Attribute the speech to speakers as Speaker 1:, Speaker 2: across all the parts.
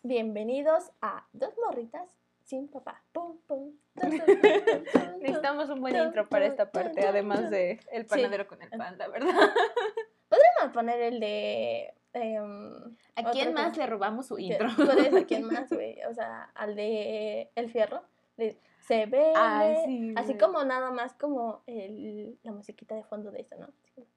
Speaker 1: Bienvenidos a Dos Morritas sin Papá. Pum, pum.
Speaker 2: Necesitamos un buen intro para esta parte, además de el panadero con el pan, la verdad.
Speaker 1: Podríamos poner el de...
Speaker 2: ¿A quién más le robamos su intro?
Speaker 1: ¿A quién más, güey? O sea, al de El Fierro. Se ve,
Speaker 2: sí,
Speaker 1: así como nada más como la musiquita de fondo de eso, ¿no?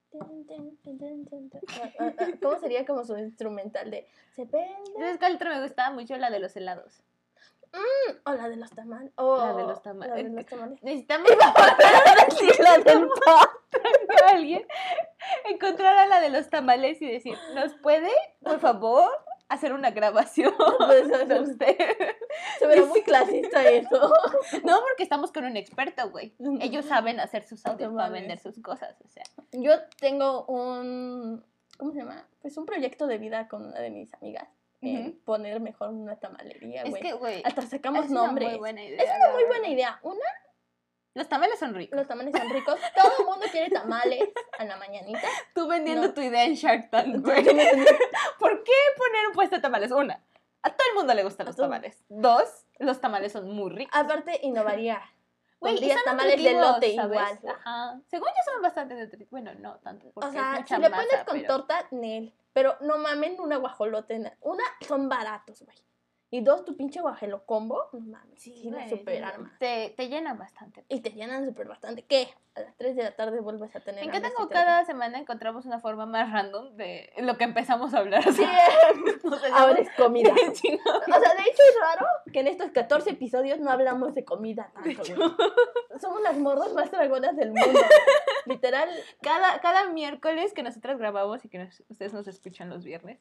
Speaker 1: ¿Cómo sería como su instrumental de se vende?
Speaker 2: ¿Sabes cuál otro me gustaba mucho? La de los helados.
Speaker 1: O la de los tamales.
Speaker 2: La de los tamales.
Speaker 1: La de los tamales.
Speaker 2: Necesitamos
Speaker 1: decir la del
Speaker 2: que alguien encontrara la de los tamales y decir, ¿nos puede, por favor, hacer una grabación de usted?
Speaker 1: Se ve muy clasista eso.
Speaker 2: No, porque estamos con un experto, güey. Ellos saben hacer sus audios para vender sus cosas, o sea.
Speaker 1: Yo tengo un... ¿Cómo se llama? Pues un proyecto de vida con una de mis amigas. Poner mejor una tamalería, güey.
Speaker 2: Es que, güey,
Speaker 1: hasta sacamos nombres.
Speaker 2: Es una muy buena idea.
Speaker 1: Es una muy buena idea.
Speaker 2: Los tamales son ricos.
Speaker 1: Los tamales son ricos. Todo el mundo quiere tamales a la mañanita.
Speaker 2: Tú vendiendo tu idea en Shark Tank, güey. ¿Por qué poner un puesto de tamales? Una, a todo el mundo le gustan los tamales. Dos, los tamales son muy ricos.
Speaker 1: Aparte, innovaría.
Speaker 2: Güey,
Speaker 1: y son tamales de lote, ¿sabes? Igual.
Speaker 2: Ajá. Según yo son bastante nutritivos. Bueno, no tanto. Porque
Speaker 1: o sea,
Speaker 2: es mucha
Speaker 1: si le pones
Speaker 2: masa,
Speaker 1: con torta, Nel. Pero no mamen una guajolote. Una, son baratos, güey. Y dos, tu pinche guajelo combo, no mames. Sí, la super arma.
Speaker 2: Te llenan bastante.
Speaker 1: Y te llenan súper bastante. ¿Qué? A las 3 de la tarde vuelves a tener...
Speaker 2: En cada semana encontramos una forma más random de lo que empezamos a hablar.
Speaker 1: Sí, ahora es comida. O sea, de hecho es raro que en estos 14 episodios no hablamos de comida tanto, güey. Somos las morras más dragonas del mundo. Literal.
Speaker 2: Cada miércoles que nosotros grabamos y que ustedes nos escuchan los viernes,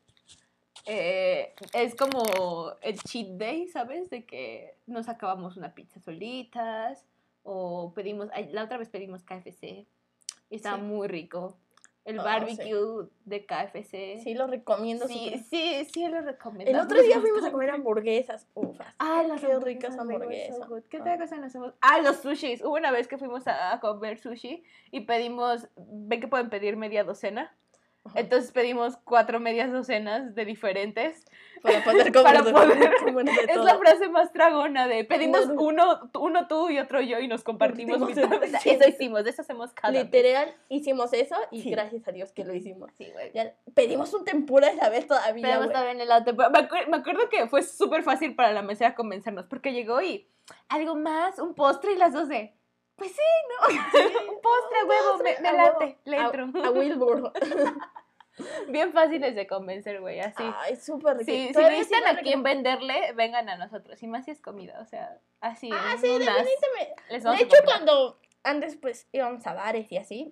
Speaker 2: es como el cheat day, ¿sabes? De que nos acabamos una pizza solitas o pedimos, la otra vez pedimos KFC y estaba muy rico. El barbecue de KFC.
Speaker 1: Sí, lo recomiendo.
Speaker 2: Sí, lo recomiendo.
Speaker 1: El otro día fuimos a comer hamburguesas. Ufas.
Speaker 2: Las
Speaker 1: qué ricas hamburguesas.
Speaker 2: ¿Qué otra cosa nos hacemos? Los sushis. Hubo una vez que fuimos a comer sushi y pedimos, ven que pueden pedir media docena. Entonces pedimos 4 medias docenas de diferentes
Speaker 1: para poder comer de
Speaker 2: todo. Es la frase más dragona de pedimos uno tú y otro yo y nos compartimos eso hicimos, de eso hacemos cada
Speaker 1: literal vez. Hicimos eso y gracias a Dios que lo hicimos.
Speaker 2: Sí, güey.
Speaker 1: Pedimos un tempura esa vez todavía.
Speaker 2: Pedimos también el tempura. Me acuerdo que fue súper fácil para la mesera convencernos porque llegó y algo más, un postre y las 12. Pues sí, ¿no? Sí, un postre, huevo, me late, le entro.
Speaker 1: A Wilbur.
Speaker 2: Bien fáciles de convencer, güey, así.
Speaker 1: Ay, súper rico.
Speaker 2: Sí, si necesitan a quién venderle, vengan a nosotros. Y más si es comida, o sea, así.
Speaker 1: Sí, definitivamente. De hecho, cuando antes, pues, íbamos a bares y así,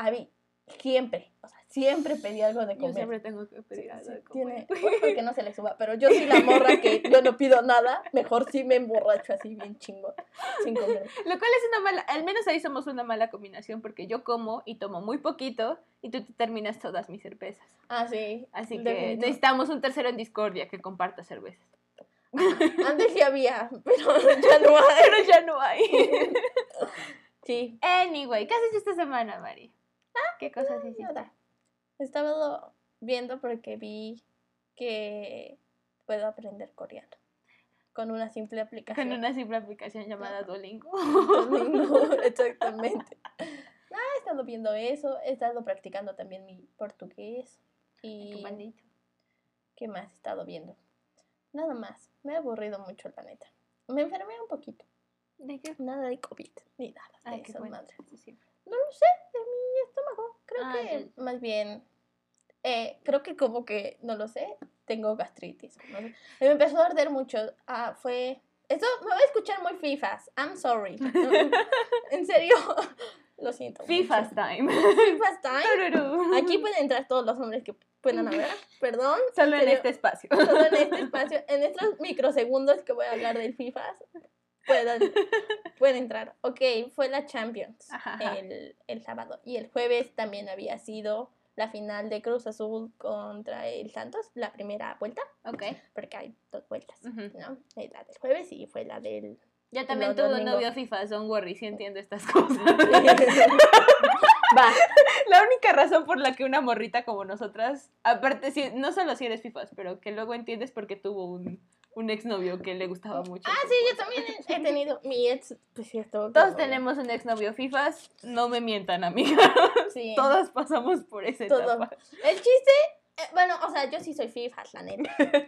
Speaker 1: siempre pedí algo de comer.
Speaker 2: Yo siempre tengo que pedir algo de comer.
Speaker 1: Porque no se le suba, pero yo soy la morra que yo no pido nada, mejor sí me emborracho así bien chingo, sin comer.
Speaker 2: Lo cual es una mala, al menos ahí somos una mala combinación, porque yo como y tomo muy poquito y tú te terminas todas mis cervezas.
Speaker 1: Sí.
Speaker 2: Así que necesitamos un tercero en discordia que comparta cervezas.
Speaker 1: Antes sí había, pero
Speaker 2: ya no hay.
Speaker 1: Sí.
Speaker 2: Anyway, ¿qué has hecho esta semana, Mari? ¿Qué cosas hiciste?
Speaker 1: Nada. He estado viendo porque vi que puedo aprender coreano con una simple aplicación.
Speaker 2: Con una simple aplicación llamada Duolingo.
Speaker 1: Duolingo, exactamente. He estado viendo eso, he estado practicando también mi portugués. Y ¿qué más he estado viendo? Nada más, me he aburrido mucho, la neta. Me enfermé un poquito.
Speaker 2: ¿De qué?
Speaker 1: Nada de COVID, ni nada de
Speaker 2: qué
Speaker 1: eso,
Speaker 2: bueno.
Speaker 1: madre.
Speaker 2: Sí.
Speaker 1: No lo sé, de mi estómago. Creo que más bien, creo que como que, no lo sé, tengo gastritis. No sé. Me empezó a arder mucho. Eso me va a escuchar muy fifas. I'm sorry. En serio, lo siento.
Speaker 2: Fifas time.
Speaker 1: Fifas time. Aquí pueden entrar todos los hombres que puedan haber. Perdón.
Speaker 2: Solo en este espacio.
Speaker 1: Solo en este espacio. En estos microsegundos que voy a hablar del fifas. Pueden entrar. Ok, fue la Champions el sábado. Y el jueves también había sido la final de Cruz Azul contra el Santos, la primera vuelta.
Speaker 2: Ok.
Speaker 1: Porque hay 2 vueltas, ¿no? La del jueves y fue la del...
Speaker 2: Yo también tuve un novio FIFA, don't worry, sí entiendo estas cosas.
Speaker 1: Va.
Speaker 2: La única razón por la que una morrita como nosotras, aparte, no solo si eres FIFA, pero que luego entiendes porque tuvo un exnovio que le gustaba mucho.
Speaker 1: Ah, sí, yo también he tenido mi ex, pues sí, estuvo
Speaker 2: Todos tenemos un exnovio FIFAs, no me mientan, amiga.
Speaker 1: Sí.
Speaker 2: Todas pasamos por esa etapa.
Speaker 1: El chiste, bueno, o sea, yo sí soy FIFAs, la neta.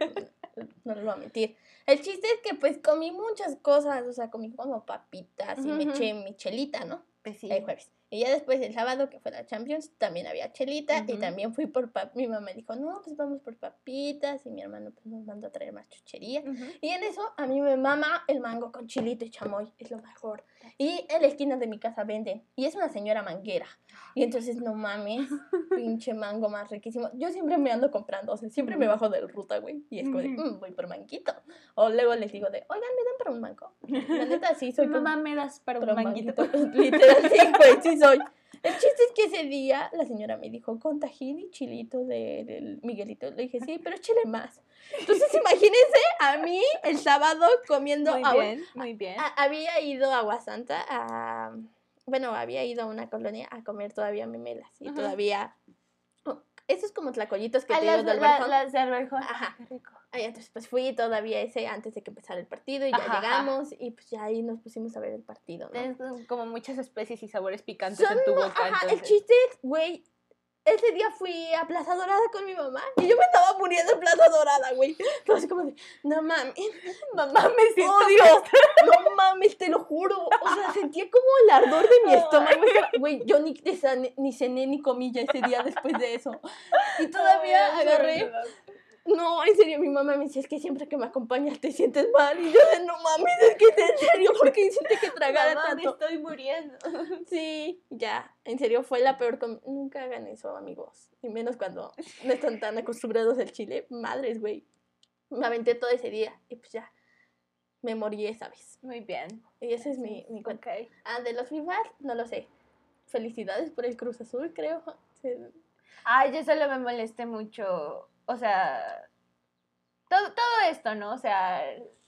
Speaker 1: No les voy a mentir. El chiste es que pues comí muchas cosas, o sea, comí como papitas y me eché mi chelita, ¿no?
Speaker 2: Pues sí.
Speaker 1: El jueves. Y ya después el sábado, que fue la Champions, también había chelita y también fui por mi mamá me dijo, no, pues vamos por papitas y mi hermano pues nos mandó a traer más chuchería. Y en eso a mí me mama el mango con chilito y chamoy, es lo mejor. Y en la esquina de mi casa venden y es una señora manguera. Y entonces, no mames, pinche mango más riquísimo. Yo siempre me ando comprando, o sea, siempre me bajo del ruta, güey. Y es como de, voy por manguito. O luego les digo de, oigan, ¿me dan para un mango? La neta, sí, soy
Speaker 2: Mamá, ¿me das para un manguito?
Speaker 1: Literal, sí, güey, sí soy. El chiste es que ese día la señora me dijo, con tajín y chilito del Miguelito. Le dije, sí, pero échale más. Entonces, imagínense a mí el sábado comiendo
Speaker 2: Muy bien.
Speaker 1: Había ido a Aguasanta bueno, había ido a una colonia a comer todavía memelas y todavía... esos como tlacoyitos que te digo del Berjón.
Speaker 2: Las de Berjón.
Speaker 1: Ajá. Qué rico. Entonces, pues fui todavía antes de que empezara el partido y ya llegamos y pues ya ahí nos pusimos a ver el partido, ¿no?
Speaker 2: Es como muchas especies y sabores picantes en tu boca.
Speaker 1: El chiste es, güey, ese día fui a Plaza Dorada con mi mamá y yo me estaba muriendo en Plaza Dorada, güey. Así como de, no mames,
Speaker 2: mamá, me siento
Speaker 1: odio, no mames, te lo juro. O sea, sentía como el ardor de mi estómago. Güey, yo ni cené ni comí ya ese día después de eso. Y todavía agarré... No, en serio, mi mamá me decía, es que siempre que me acompañas te sientes mal. Y yo de, no mames, es que es en serio, porque hiciste que tragara tanto.
Speaker 2: Me estoy muriendo.
Speaker 1: Sí, ya, en serio, fue la peor nunca hagan eso, amigos. Y menos cuando no están tan acostumbrados al chile. Madres, güey. Me aventé todo ese día y pues ya, me morí esa vez.
Speaker 2: Muy bien.
Speaker 1: Y ese es mi cuento.
Speaker 2: Okay.
Speaker 1: De los FIFAs, no lo sé. Felicidades por el Cruz Azul, creo. Sí.
Speaker 2: Ay, yo solo me molesté mucho. O sea, todo esto, ¿no? O sea,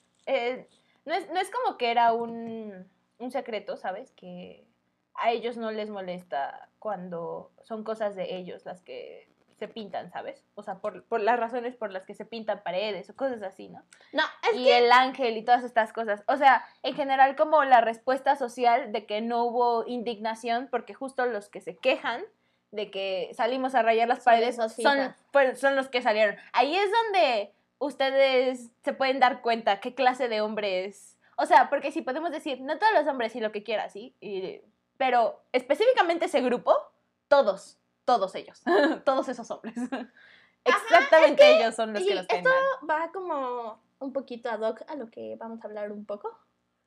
Speaker 2: no es como que era un secreto, ¿sabes? Que a ellos no les molesta cuando son cosas de ellos las que se pintan, ¿sabes? O sea, por las razones por las que se pintan paredes o cosas así, ¿no?
Speaker 1: No,
Speaker 2: el ángel y todas estas cosas. O sea, en general como la respuesta social de que no hubo indignación porque justo los que se quejan de que salimos a rayar las paredes son los que salieron. Ahí es donde ustedes se pueden dar cuenta qué clase de hombres... O sea, porque si podemos decir, no todos los hombres y lo que quieras, ¿sí? Pero específicamente ese grupo, todos ellos, todos esos hombres. Exactamente ellos son los que los caen mal.
Speaker 1: Esto va como un poquito ad hoc a lo que vamos a hablar un poco.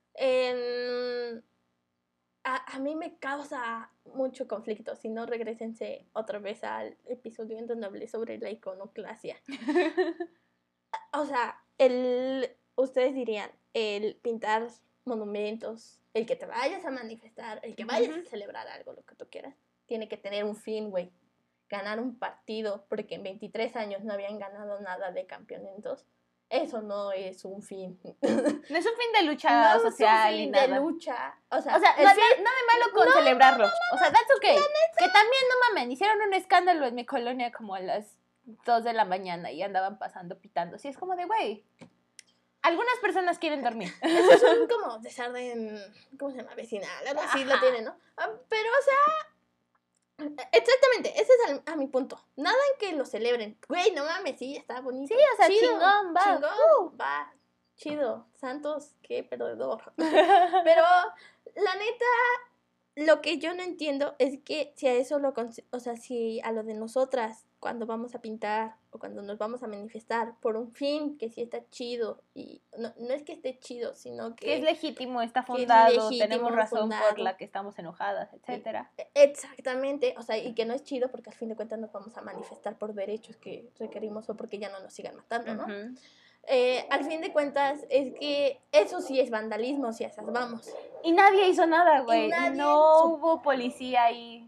Speaker 1: A mí me causa mucho conflicto, si no regresense otra vez al episodio en donde hablé sobre la iconoclasia. O sea, ustedes dirían, el pintar monumentos, el que te vayas a manifestar, el que vayas a celebrar algo, lo que tú quieras, tiene que tener un fin, güey. Ganar un partido, porque en 23 años no habían ganado nada de campeonatos. Eso no es un fin.
Speaker 2: No es un fin de lucha social ni nada.
Speaker 1: No es un fin de lucha. O sea,
Speaker 2: nada de malo con celebrarlo. O sea, that's okay. Que también, no mamen, hicieron un escándalo en mi colonia como a las 2 de la mañana y andaban pasando pitando. Sí, es como de, güey, algunas personas quieren dormir.
Speaker 1: Eso es como desorden, ¿cómo se llama? Vecinal, algo así lo tienen, ¿no? Pero, o sea... Exactamente, ese es a mi punto. Nada en que lo celebren. Güey, no mames, sí, está bonito.
Speaker 2: Sí, o sea,
Speaker 1: chido,
Speaker 2: chingón, va.
Speaker 1: Va, chido. Santos, qué perdedor. Pero, la neta, lo que yo no entiendo es que si a eso o sea, si a lo de nosotras, cuando vamos a pintar o cuando nos vamos a manifestar por un fin que sí está chido, y no es que esté chido, sino que
Speaker 2: es legítimo, está fundado, tenemos razón por la que estamos enojadas, etcétera.
Speaker 1: Exactamente, o sea, y que no es chido porque al fin de cuentas nos vamos a manifestar por derechos que requerimos o porque ya no nos sigan matando, ¿no? Al fin de cuentas, es que eso sí es vandalismo, si a esas vamos.
Speaker 2: Y nadie hizo nada, güey. No hubo policía ahí.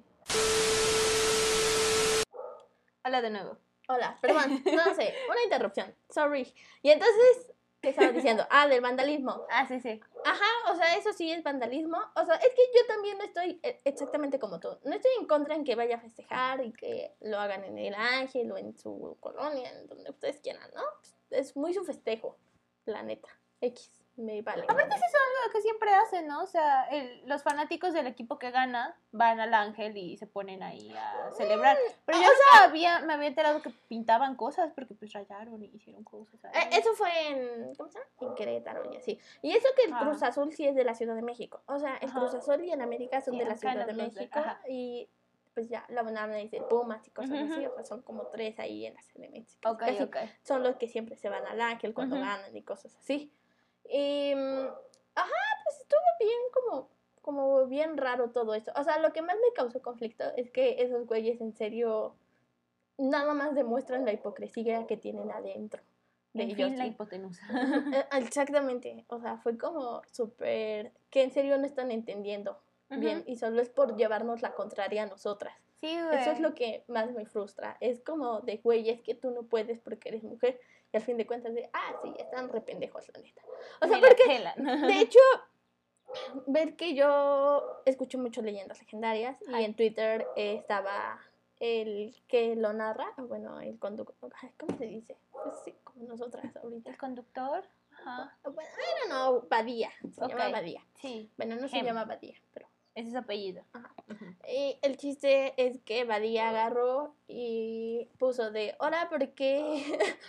Speaker 2: Hola de nuevo.
Speaker 1: Hola, perdón, no sé, una interrupción, sorry. Y entonces, ¿qué estaba diciendo? Del vandalismo.
Speaker 2: Sí.
Speaker 1: Ajá, o sea, eso sí es vandalismo. O sea, es que yo también no estoy exactamente como tú. No estoy en contra en que vaya a festejar y que lo hagan en el Ángel o en su colonia, en donde ustedes quieran, ¿no? Es muy su festejo. la neta. X, me vale.
Speaker 2: Aparte eso es algo que siempre hacen, ¿no? O sea, los fanáticos del equipo que gana van al Ángel y se ponen ahí a celebrar. Pero yo me había enterado que pintaban cosas porque pues rayaron y hicieron cosas ahí.
Speaker 1: Eso fue en, ¿cómo se llama? En Querétaro y así. Y eso que el Cruz Azul sí es de la Ciudad de México. O sea, el Cruz Azul y el América son de la Ciudad de México. Y pues ya, la UNAM dice Pumas y cosas así. O sea, son como 3 ahí en la CDMX.
Speaker 2: Okay.
Speaker 1: Son los que siempre se van al Ángel cuando ganan y cosas así. Y, pues estuvo bien como bien raro todo esto. O sea, lo que más me causó conflicto es que esos güeyes en serio nada más demuestran la hipocresía que tienen adentro.
Speaker 2: En fin, la hipotenusa.
Speaker 1: Exactamente. O sea, fue como súper que en serio no están entendiendo bien y solo es por llevarnos la contraria a nosotras.
Speaker 2: Sí, güey.
Speaker 1: Eso es lo que más me frustra. Es como de güeyes que tú no puedes porque eres mujer y al fin de cuentas sí, están re pendejos, la neta. O sea, porque de hecho, ver que yo escucho mucho leyendas legendarias y en Twitter estaba el que lo narra, bueno, el conductor, ¿cómo se dice? Pues sí, como nosotras ahorita.
Speaker 2: ¿El conductor? Ajá.
Speaker 1: Bueno, no, Badía, se llama Badía.
Speaker 2: Sí.
Speaker 1: Bueno, no se llama Badía, pero...
Speaker 2: Ese es su apellido.
Speaker 1: Ajá. Y el chiste es que Badía agarró y puso de, hola, ¿por qué?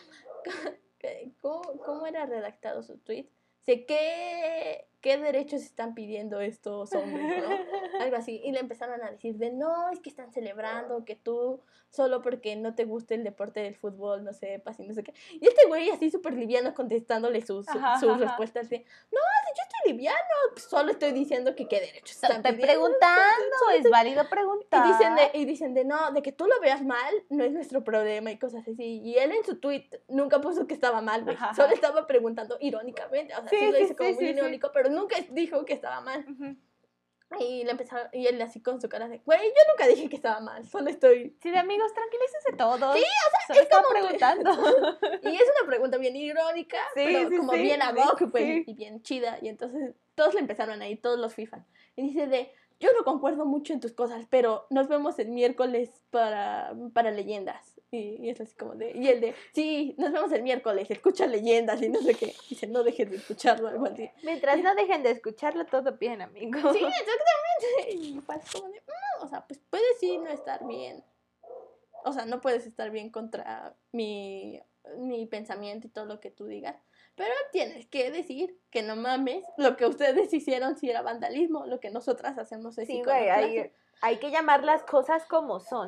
Speaker 1: ¿Cómo era redactado su tweet? Sé qué derechos están pidiendo estos hombres, ¿no? Algo así. Y le empezaron a decir de, no, es que están celebrando que tú, solo porque no te gusta el deporte del fútbol, no sepas y no sé qué. Y este güey así súper liviano contestándole sus respuestas de, no, si yo estoy liviano, solo estoy diciendo que qué derechos están pidiendo.
Speaker 2: Estoy preguntando, es válido preguntar.
Speaker 1: Y dicen de, no, de que tú lo veas mal, no es nuestro problema y cosas así. Y él en su tweet nunca puso que estaba mal, güey. Solo estaba preguntando irónicamente, o sea, sí lo dice como muy irónico, pero nunca dijo que estaba mal. Y le empezaron, y él así con su cara de, güey, yo nunca dije que estaba mal, solo estoy...
Speaker 2: Sí, de amigos, tranquilícense todos.
Speaker 1: Sí, o sea,
Speaker 2: solo estaba preguntando.
Speaker 1: Y es una pregunta bien irónica, pero como bien ad hoc, pues, y bien chida. Y entonces todos le empezaron a ir, todos los FIFA. Y dice de, yo no concuerdo mucho en tus cosas, pero nos vemos el miércoles para leyendas. Y es así como de, y el de, sí, nos vemos el miércoles, escucha leyendas y no sé qué. Dice, no dejes de escucharlo, algo así.
Speaker 2: Mientras no dejen de escucharlo, todo bien, amigos.
Speaker 1: Sí, exactamente. Y fue así como de, o sea, pues puedes sí no estar bien. O sea, no puedes estar bien contra mi pensamiento y todo lo que tú digas. Pero tienes que decir que no mames, lo que ustedes hicieron sí era vandalismo, lo que nosotras hacemos es
Speaker 2: iconoclastia. Hay que llamar las cosas como son.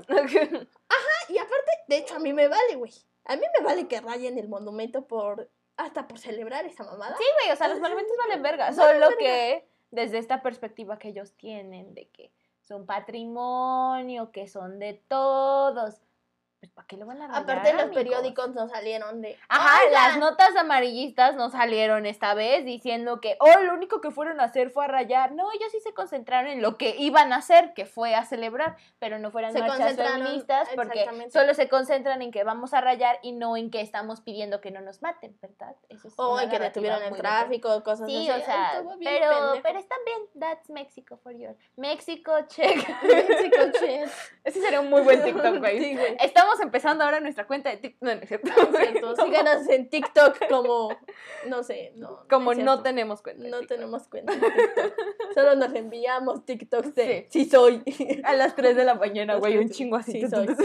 Speaker 1: Y aparte, de hecho, a mí me vale, güey. A mí me vale que rayen el monumento hasta por celebrar esa mamada.
Speaker 2: Sí, güey, o sea, los monumentos valen verga. Solo que desde esta perspectiva que ellos tienen de que son patrimonio, que son de todos, pues ¿para qué lo van a rayar,
Speaker 1: aparte los periódicos no salieron de...
Speaker 2: Ajá, las notas amarillistas no salieron esta vez diciendo que, lo único que fueron a hacer fue a rayar. No, ellos sí se concentraron en lo que iban a hacer, que fue a celebrar, pero no fueran marchas feministas porque solo se concentran en que vamos a rayar y no en que estamos pidiendo que no nos maten, ¿verdad? Eso es
Speaker 1: en que detuvieron el tráfico, cosas así.
Speaker 2: Sí, o sea, pero están bien, that's Mexico for you. México, check.
Speaker 1: México, check.
Speaker 2: Ese sería un muy buen TikTok, güey.
Speaker 1: Sí, güey.
Speaker 2: Estamos empezando ahora nuestra cuenta de TikTok. No, no es cierto.
Speaker 1: No es cierto. Síganos en TikTok como, no sé,
Speaker 2: como no tenemos cuenta.
Speaker 1: No tenemos cuenta en TikTok. Solo nos enviamos TikToks de sí soy.
Speaker 2: A las 3 de la mañana, güey, un chingo así.
Speaker 1: Sí soy.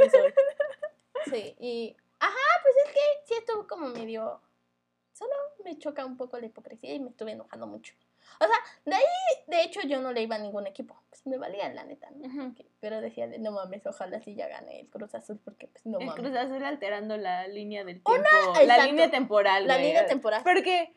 Speaker 1: Sí, y... pues es que sí estuvo como medio... Solo me choca un poco la hipocresía y me estuve enojando mucho. O sea, de ahí, de hecho, yo no le iba a ningún equipo. Pues me valía la neta, ¿no? Pero decía de, no mames, ojalá sí ya gane el Cruz Azul, porque pues no mames.
Speaker 2: El Cruz Azul alterando la línea del tiempo. La línea temporal, güey.
Speaker 1: La línea temporal.
Speaker 2: Porque,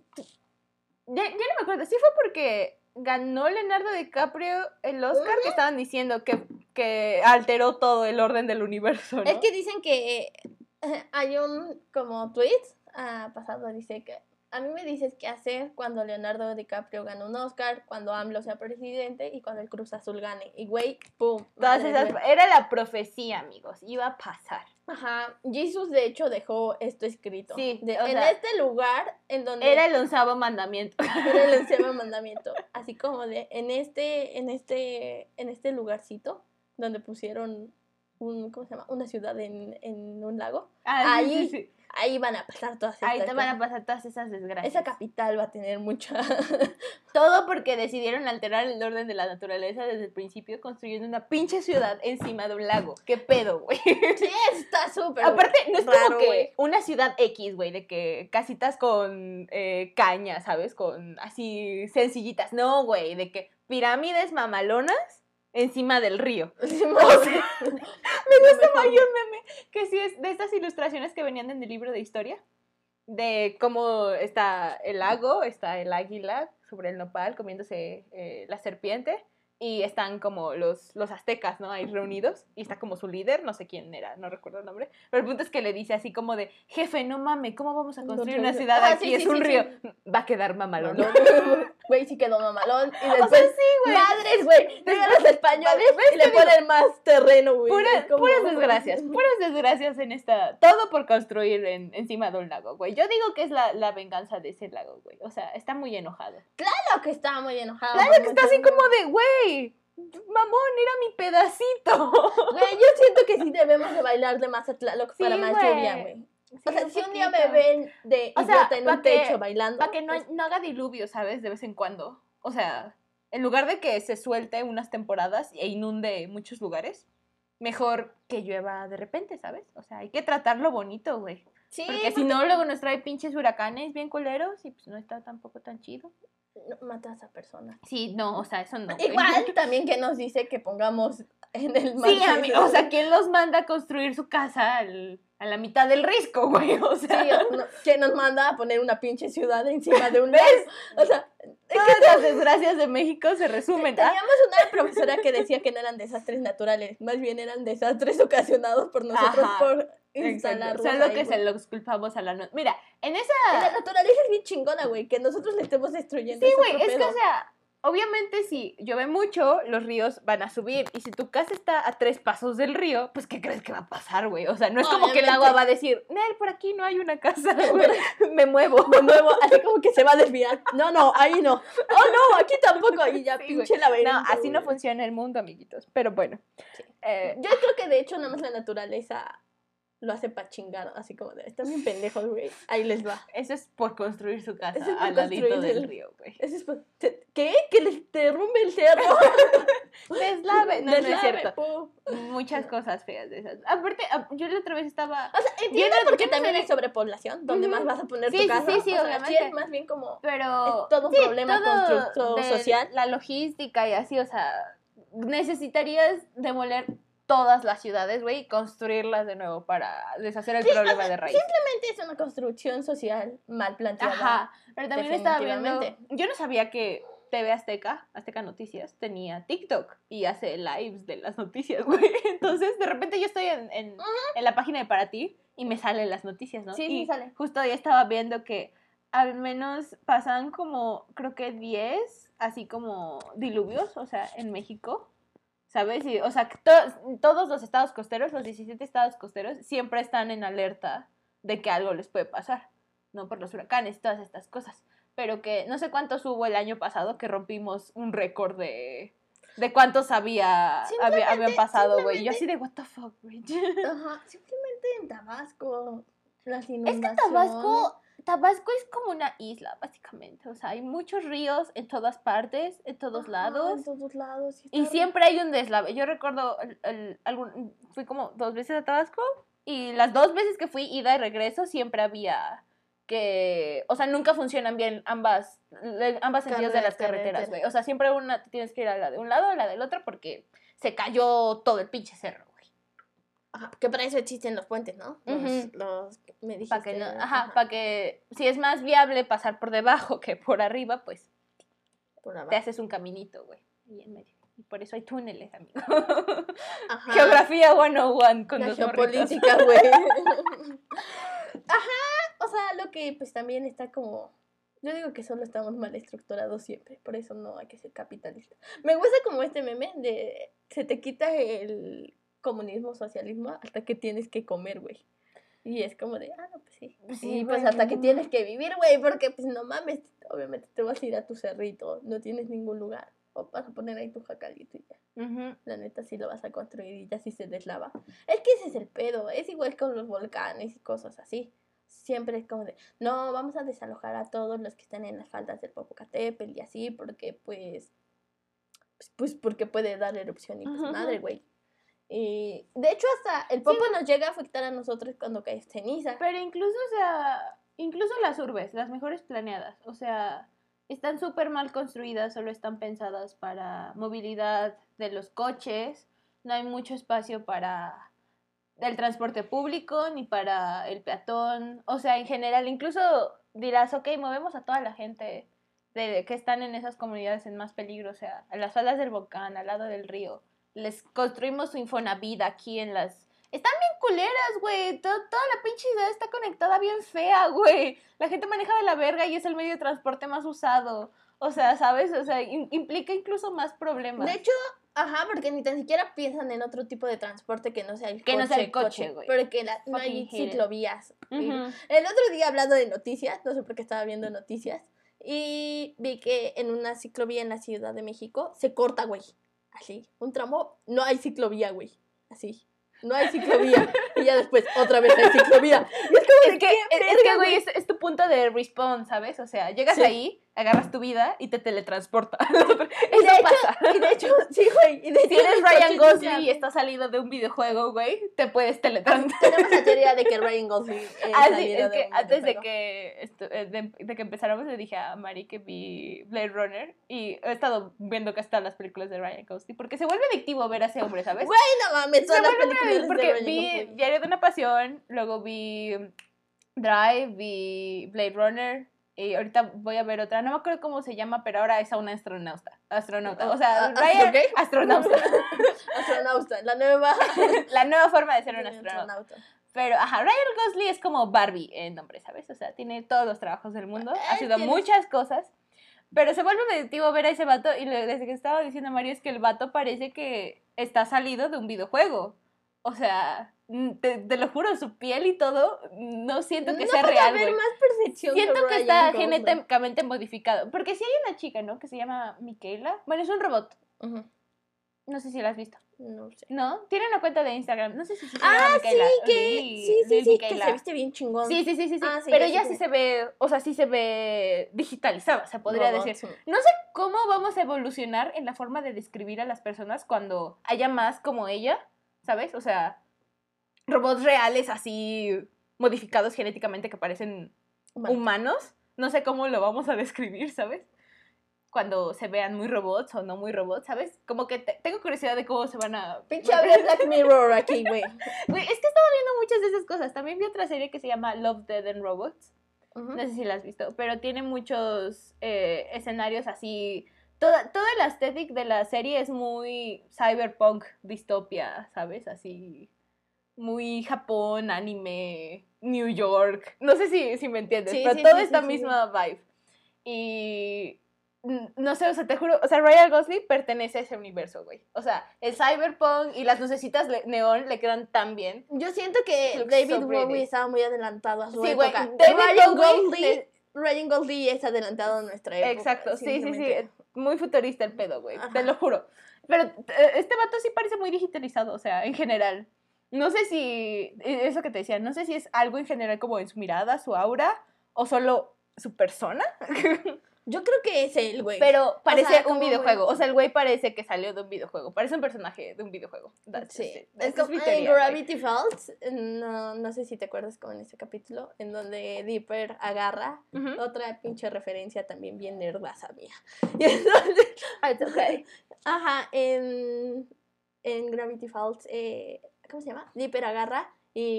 Speaker 2: ya no me acuerdo, sí fue porque ganó Leonardo DiCaprio el Oscar, que estaban diciendo que alteró todo el orden del universo, ¿no?
Speaker 1: Es que dicen que hay un como tweet pasado, dice que a mí me dices qué hacer cuando Leonardo DiCaprio gane un Oscar, cuando AMLO sea presidente y cuando el Cruz Azul gane. Y güey, pum.
Speaker 2: Era la profecía, amigos, iba a pasar.
Speaker 1: Ajá, Jesús de hecho dejó esto escrito.
Speaker 2: Sí,
Speaker 1: este lugar en donde...
Speaker 2: Era el 11º mandamiento.
Speaker 1: Era el 11º mandamiento. Así como de, en este lugarcito donde pusieron ¿cómo se llama? Una ciudad en un lago. ahí van a pasar todas estas
Speaker 2: Ahí te van a
Speaker 1: cosas.
Speaker 2: pasar todas esas desgracias.
Speaker 1: Esa capital va a tener mucha...
Speaker 2: Todo porque decidieron alterar el orden de la naturaleza desde el principio, construyendo una pinche ciudad encima de un lago. ¿Qué pedo, güey?
Speaker 1: Sí, está súper.
Speaker 2: Aparte, no es
Speaker 1: raro,
Speaker 2: como que
Speaker 1: güey.
Speaker 2: una ciudad X, güey, de que casitas con caña, ¿sabes? Con así sencillitas. No, güey, de que pirámides mamalonas encima del río.
Speaker 1: O sea,
Speaker 2: Me gusta más un meme que sí es de estas ilustraciones que venían en el libro de historia. De cómo está el lago, está el águila sobre el nopal comiéndose la serpiente y están como los aztecas, ¿no? Ahí reunidos y está como su líder, no sé quién era, no recuerdo el nombre, pero el punto es que le dice así como de, jefe, no mames, ¿cómo vamos a construir una ciudad aquí?
Speaker 1: Sí,
Speaker 2: es
Speaker 1: sí,
Speaker 2: un
Speaker 1: sí,
Speaker 2: río.
Speaker 1: sí.
Speaker 2: Va a quedar mamalón.
Speaker 1: Güey, sí quedó mamalón. Y después,
Speaker 2: O sea, sí, güey.
Speaker 1: madres, güey. Llegan los españoles y le ponen más terreno, güey.
Speaker 2: Puras desgracias en esta. Todo por construir encima de un lago, güey. Yo digo que es la venganza de ese lago, güey. O sea, está muy enojado.
Speaker 1: Claro que estaba muy enojado.
Speaker 2: Claro que está así como de, güey, mamón, era mi pedacito.
Speaker 1: Güey, yo siento que sí debemos de bailar de más a Tlaloc para más
Speaker 2: güey.
Speaker 1: lluvia, güey.
Speaker 2: Sí,
Speaker 1: O sea,
Speaker 2: un
Speaker 1: si un día
Speaker 2: poquito.
Speaker 1: me ven de
Speaker 2: O sea,
Speaker 1: idiota en
Speaker 2: pa'
Speaker 1: un
Speaker 2: que-
Speaker 1: techo bailando.
Speaker 2: Para que no,
Speaker 1: pues,
Speaker 2: no haga diluvio, ¿sabes? De vez en cuando. O sea, en lugar de que se suelte unas temporadas e inunde muchos lugares, mejor que llueva de repente, ¿sabes? O sea, hay que tratarlo bonito, güey.
Speaker 1: sí,
Speaker 2: Porque si no, luego nos trae pinches huracanes bien culeros y pues no está tampoco tan chido.
Speaker 1: no, matas a personas.
Speaker 2: Sí, no, o sea, eso no. güey.
Speaker 1: Igual también que nos dice que pongamos en el mar.
Speaker 2: Sí, o sea, ¿quién los manda a construir su casa a la mitad del risco, güey? O sea,
Speaker 1: Sí, ¿quién nos manda a poner una pinche ciudad encima de un lago? O sea,
Speaker 2: todas las desgracias de México se resumen. ¿Ah?
Speaker 1: teníamos una profesora que decía que no eran desastres naturales, más bien eran desastres ocasionados por nosotros
Speaker 2: Ajá,
Speaker 1: por
Speaker 2: Exacto.
Speaker 1: instalarlos
Speaker 2: Solo
Speaker 1: ahí,
Speaker 2: que
Speaker 1: güey.
Speaker 2: se los culpamos a la noche. Mira, en
Speaker 1: Y
Speaker 2: esa.
Speaker 1: la naturaleza es bien chingona, güey, que nosotros le estemos destruyendo.
Speaker 2: Sí,
Speaker 1: es
Speaker 2: güey,
Speaker 1: otro
Speaker 2: es que,
Speaker 1: pedo.
Speaker 2: o sea, obviamente si llueve mucho, los ríos van a subir. Y si tu casa está a 3 pasos del río, pues, ¿qué crees que va a pasar, güey? O sea, no es como que el
Speaker 1: Obviamente.
Speaker 2: agua va a decir, Nel, por aquí no hay una casa, güey. Me muevo.
Speaker 1: Me muevo, así como que se va a desviar. No, ahí no. Oh, no, aquí tampoco. Y ya,
Speaker 2: Sí,
Speaker 1: pinche
Speaker 2: güey.
Speaker 1: laberinto.
Speaker 2: No, así no
Speaker 1: güey.
Speaker 2: funciona el mundo, amiguitos. Pero bueno.
Speaker 1: Sí.
Speaker 2: Eh,
Speaker 1: Yo creo que de hecho nada más la naturaleza lo hace para chingar, así como de, están bien pendejos, güey. Ahí les va.
Speaker 2: Eso es por construir su casa
Speaker 1: Eso es por
Speaker 2: al ladito
Speaker 1: construir
Speaker 2: del
Speaker 1: el-
Speaker 2: río, güey.
Speaker 1: Eso es ¿qué? ¿Que les derrumbe el cerro?
Speaker 2: Deslave. No, no es
Speaker 1: Deslave,
Speaker 2: cierto. Muchas cosas feas de esas. Aparte, yo la otra vez estaba...
Speaker 1: O sea, entiendo
Speaker 2: Yo no-
Speaker 1: porque
Speaker 2: yo no
Speaker 1: también
Speaker 2: sé
Speaker 1: hay sobrepoblación, donde
Speaker 2: Ujú.
Speaker 1: más vas a poner
Speaker 2: Sí,
Speaker 1: tu
Speaker 2: sí,
Speaker 1: casa.
Speaker 2: sí, sí,
Speaker 1: O sea,
Speaker 2: obviamente.
Speaker 1: sí es más bien como
Speaker 2: Pero...
Speaker 1: es todo un
Speaker 2: sí,
Speaker 1: problema
Speaker 2: todo de
Speaker 1: social.
Speaker 2: La logística y así, o sea, necesitarías demoler todas las ciudades, güey, y construirlas de nuevo para deshacer el problema de raíz.
Speaker 1: Simplemente es una construcción social mal planteada.
Speaker 2: Ajá, pero también estaba viendo,
Speaker 1: Definitivamente.
Speaker 2: yo no sabía que TV Azteca Noticias, tenía TikTok y hace lives de las noticias, güey. Entonces, de repente yo estoy en la página de Para Ti y me salen las noticias, ¿no?
Speaker 1: Sí,
Speaker 2: y
Speaker 1: sí sale.
Speaker 2: justo ya estaba viendo que al menos pasan como, creo que 10, así como diluvios, o sea, en México. ¿Sabes? Y, o sea, que todos los estados costeros, los 17 estados costeros, siempre están en alerta de que algo les puede pasar, ¿no? Por los huracanes y todas estas cosas. Pero que no sé cuántos hubo el año pasado que rompimos un récord de cuántos habían pasado, güey. Y yo así de, what the fuck, güey.
Speaker 1: Ajá, simplemente en Tabasco, las
Speaker 2: Es que
Speaker 1: inundaciones.
Speaker 2: Tabasco es como una isla, básicamente. O sea, hay muchos ríos en todas partes, en todos
Speaker 1: Ajá,
Speaker 2: lados.
Speaker 1: en todos lados.
Speaker 2: Y siempre hay un deslave. Yo recuerdo, fui como 2 veces a Tabasco y las 2 veces que fui, ida y regreso, siempre había que... O sea, nunca funcionan bien ambas sentidos de las carreteras, güey. O sea, siempre te tienes que ir a la de un lado o a la del otro porque se cayó todo el pinche cerro, güey.
Speaker 1: Ajá, que para eso existen los puentes, ¿no? Los me dijiste.
Speaker 2: Para que no, para que si es más viable pasar por debajo que por arriba, pues
Speaker 1: por abajo.
Speaker 2: te haces un caminito, güey, ahí en medio. Y por eso hay túneles, amigo.
Speaker 1: Ajá.
Speaker 2: Geografía 101 con
Speaker 1: La
Speaker 2: los morritos.
Speaker 1: geopolítica, güey. Ajá, o sea, lo que pues también está como... Yo digo que solo estamos mal estructurados siempre, por eso no hay que ser capitalista. Me gusta como este meme de se te quita el comunismo, socialismo hasta que tienes que comer, güey. Y es como de, no, pues sí.
Speaker 2: Sí,
Speaker 1: Y pues
Speaker 2: güey,
Speaker 1: hasta que
Speaker 2: no.
Speaker 1: tienes que vivir, güey, porque pues no mames, obviamente te vas a ir a tu cerrito, no tienes ningún lugar. O vas a poner ahí tu jacalito y ya.
Speaker 2: Ujú.
Speaker 1: La neta sí lo vas a construir y ya sí se deslava. Es que ese es el pedo, es igual con los volcanes y cosas así. O siempre es como de, no, vamos a desalojar a todos los que están en las faldas del Popocatépetl y así, porque pues porque puede dar erupción y pues madre, güey. Y de hecho hasta el Popo nos llega a afectar a nosotros cuando cae ceniza.
Speaker 2: Pero incluso, o sea, incluso las urbes, las mejores planeadas, o sea, están súper mal construidas, solo están pensadas para movilidad de los coches, no hay mucho espacio para el transporte público ni para el peatón, o sea, en general, incluso dirás, ok, movemos a toda la gente que están en esas comunidades en más peligro, o sea, a las faldas del volcán, al lado del río, les construimos su Infonavit aquí en las... Están bien culeras, güey. Toda la pinche ciudad está conectada bien fea, güey. La gente maneja de la verga y es el medio de transporte más usado. O sea, ¿sabes? O sea, implica incluso más problemas.
Speaker 1: De hecho, ajá, porque ni tan siquiera piensan en otro tipo de transporte que no sea el coche.
Speaker 2: Que no sea el coche, güey.
Speaker 1: Porque no hay ciclovías. El otro día, hablando de noticias, no sé por qué estaba viendo noticias, y vi que en una ciclovía en la Ciudad de México se corta, güey. Así, un tramo, no hay ciclovía, güey. Así. No hay ciclovía. Y ya después otra vez hay ciclovía. Y es como
Speaker 2: que, güey, es tu punto de respawn, ¿sabes? O sea, llegas ahí, agarras tu vida y te teletransporta. Eso pasa.
Speaker 1: Y de hecho, sí, güey.
Speaker 2: Si eres Ryan Gosling y estás salido de un videojuego, güey, te puedes teletransportar.
Speaker 1: Tenemos la teoría de que Ryan Gosling
Speaker 2: es que antes de que empezáramos le dije a Mari que vi Blade Runner y he estado viendo casi todas las películas de Ryan Gosling porque se vuelve adictivo ver a ese hombre, ¿sabes?
Speaker 1: Güey, no mames, todas las películas
Speaker 2: porque vi Diario de una Pasión, luego vi Drive, vi Blade Runner y ahorita voy a ver otra, no me acuerdo cómo se llama, pero ahora es a una astronauta, o sea, Ryan, astronauta,
Speaker 1: la nueva
Speaker 2: forma de ser un astronauta. Pero, ajá, Ryan Gosling es como Barbie en nombre, ¿sabes? O sea, tiene todos los trabajos del mundo, ha sido muchas cosas, pero se vuelve adictivo ver a ese vato y desde que estaba diciendo Mario es que el vato parece que está salido de un videojuego. O sea, te lo juro, su piel y todo, no siento que sea real, güey.
Speaker 1: Más percepción.
Speaker 2: Siento que está genéticamente modificado. Porque si hay una chica, ¿no? Que se llama Michaela. Bueno, es un robot. No sé si la has visto.
Speaker 1: No sé.
Speaker 2: ¿No? Tiene una cuenta de Instagram. No sé si se llama Michaela.
Speaker 1: Sí, que se viste bien chingón.
Speaker 2: Sí. Pero ella sí se ve, o sea, sí se ve digitalizada, se podría decir. No sé cómo vamos a evolucionar en la forma de describir a las personas cuando haya más como ella, ¿sabes? O sea, robots reales así modificados genéticamente que parecen humanos. No sé cómo lo vamos a describir, ¿sabes? Cuando se vean muy robots o no muy robots, ¿sabes? Como que tengo curiosidad de cómo se van a...
Speaker 1: Pinche hablar Black Mirror aquí, güey.
Speaker 2: Güey, es que estaba viendo muchas de esas cosas. También vi otra serie que se llama Love, Death and Robots. No sé si la has visto, pero tiene muchos escenarios así... Toda la estética de la serie es muy cyberpunk, distopia, ¿sabes? Así... Muy Japón, anime, New York. No sé si me entiendes, pero toda esta misma vibe. Y... No sé, o sea, te juro, o sea, Ryan Gosling pertenece a ese universo, güey. O sea, el cyberpunk y las lucecitas neón le quedan tan bien.
Speaker 1: Yo siento que David Bowie estaba muy adelantado a su época. Ryan Gosling es adelantado a nuestra época.
Speaker 2: Exacto, sí. Muy futurista el pedo, güey, te lo juro. Pero este vato sí parece muy digitalizado, o sea, en general. No sé si, eso que te decía, no sé si es algo en general como en su mirada, su aura, o solo su persona.
Speaker 1: Yo creo que es él, güey.
Speaker 2: Pero parece un videojuego. O sea, el güey parece que salió de un videojuego. Parece un personaje de un videojuego.
Speaker 1: Sí. Es como en Gravity Falls. No sé si te acuerdas como en ese capítulo. En donde Dipper agarra otra pinche referencia también bien nerdaza mía. Y entonces...
Speaker 2: It's okay.
Speaker 1: Ajá. En Gravity Falls, ¿cómo se llama? Dipper agarra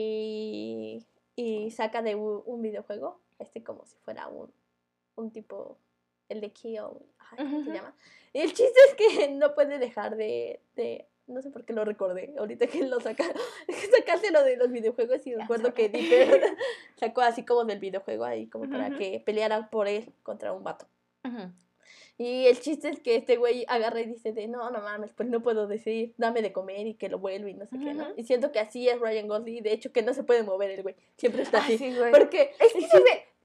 Speaker 1: y saca de un videojuego. Como si fuera un tipo... el de Kyo, ¿cómo se llama? Y el chiste es que no puede dejar de no sé por qué lo recordé, ahorita que lo sacárselo de los videojuegos y recuerdo que Dipper sacó así como del videojuego ahí como para que peleara por él contra un vato. Y el chiste es que este güey agarra y dice no mames, pues no puedo decidir, dame de comer y que lo vuelva y no sé qué, ¿no? Y siento que así es Ryan Gosling, de hecho que no se puede mover el güey, siempre está así.
Speaker 2: Sí, güey.
Speaker 1: Porque
Speaker 2: es que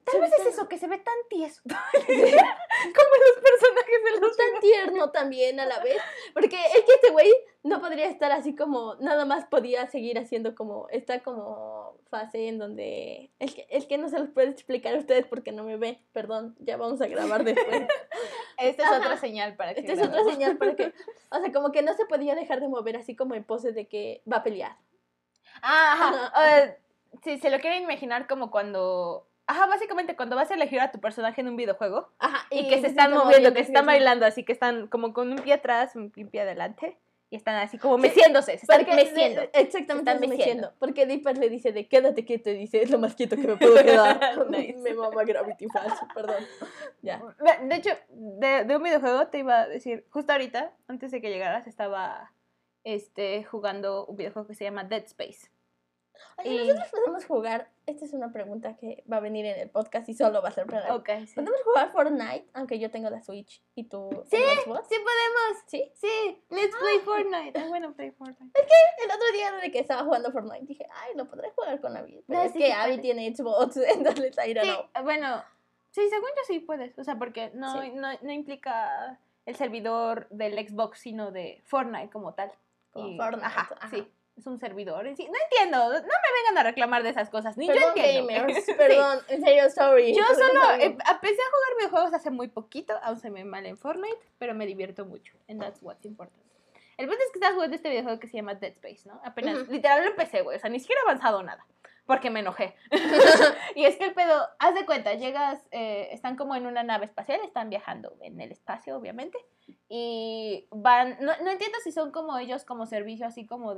Speaker 2: Tal vez es eso, que se ve tan tieso. Como los personajes de los
Speaker 1: tan tierno también a la vez. Porque es que este güey no podría estar así como, nada más podía seguir haciendo como, esta como fase en donde, es que no se los puedo explicar a ustedes porque no me ven, perdón, ya vamos a grabar después.
Speaker 2: Esta es otra señal para que
Speaker 1: Esta es otra señal para que, o sea, como que no se podía dejar de mover así como en pose de que va a pelear.
Speaker 2: Ajá. Si se lo quieren imaginar como cuando... Ajá, básicamente cuando vas a elegir a tu personaje en un videojuego.
Speaker 1: Ajá,
Speaker 2: y que se están moviendo, que se están bailando, así que están como con un pie atrás, un pie adelante. Y están así como meciéndose, se están meciendo.
Speaker 1: Exactamente, están meciendo. Porque Dipper le dice de quédate quieto y dice, es lo más quieto que me puedo quedar. Nice. Me mama Gravity Falls, perdón. Ya.
Speaker 2: De hecho, de un videojuego te iba a decir, justo ahorita, antes de que llegaras, estaba jugando un videojuego que se llama Dead Space.
Speaker 1: Oye, nosotros podemos jugar, esta es una pregunta que va a venir en el podcast y solo va a ser para
Speaker 2: okay, sí.
Speaker 1: ¿Podemos jugar Fortnite? Aunque yo tengo la Switch y tú
Speaker 2: sí, Xbox. Sí podemos. Sí, let's play Fortnite. I wanna play Fortnite.
Speaker 1: Es que el otro día de que estaba jugando Fortnite dije, ay, lo podré jugar con Abby. Pero es que Abby tiene Xbox, entonces ahí no.
Speaker 2: Bueno, sí, según yo sí puedes, o sea, porque no implica el servidor del Xbox, sino de Fortnite como tal.
Speaker 1: Como Fortnite. Ajá,
Speaker 2: sí. Es un servidor. Sí, no entiendo. No me vengan a reclamar de esas cosas. Ni
Speaker 1: perdón,
Speaker 2: yo entiendo.
Speaker 1: Gamers, perdón, en serio, sorry.
Speaker 2: Yo solo empecé a jugar videojuegos hace muy poquito. Aún se me mal en Fortnite, pero me divierto mucho. And that's what's important. El punto es que estás jugando este videojuego que se llama Dead Space, ¿no? Apenas, literal lo empecé, güey. O sea, ni siquiera he avanzado nada. Porque me enojé. Y es que el pedo, haz de cuenta, llegas, están como en una nave espacial, están viajando en el espacio, obviamente. Y van, no entiendo si son como ellos como servicio así como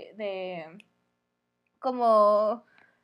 Speaker 2: como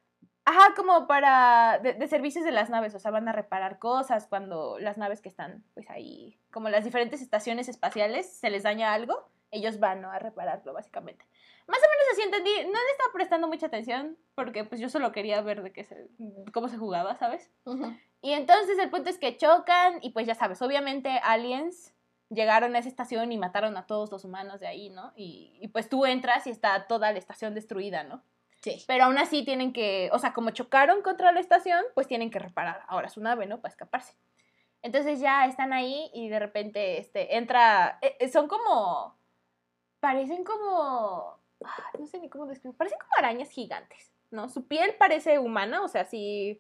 Speaker 2: para, de servicios de las naves, o sea, van a reparar cosas cuando las naves que están, pues ahí, como las diferentes estaciones espaciales, se les daña algo, ellos van, ¿no?, a repararlo, básicamente. Más o menos así entendí, no le estaba prestando mucha atención, porque pues yo solo quería ver cómo se jugaba, ¿sabes? Y entonces el punto es que chocan, y pues ya sabes, obviamente aliens llegaron a esa estación y mataron a todos los humanos de ahí, ¿no? Y pues tú entras y está toda la estación destruida, ¿no?
Speaker 1: Sí.
Speaker 2: Pero aún así tienen que, o sea, como chocaron contra la estación, pues tienen que reparar ahora su nave, ¿no? Para escaparse. Entonces ya están ahí y de repente entra, son como, parecen como, no sé ni cómo describir, parecen como arañas gigantes, ¿no? Su piel parece humana, o sea, así,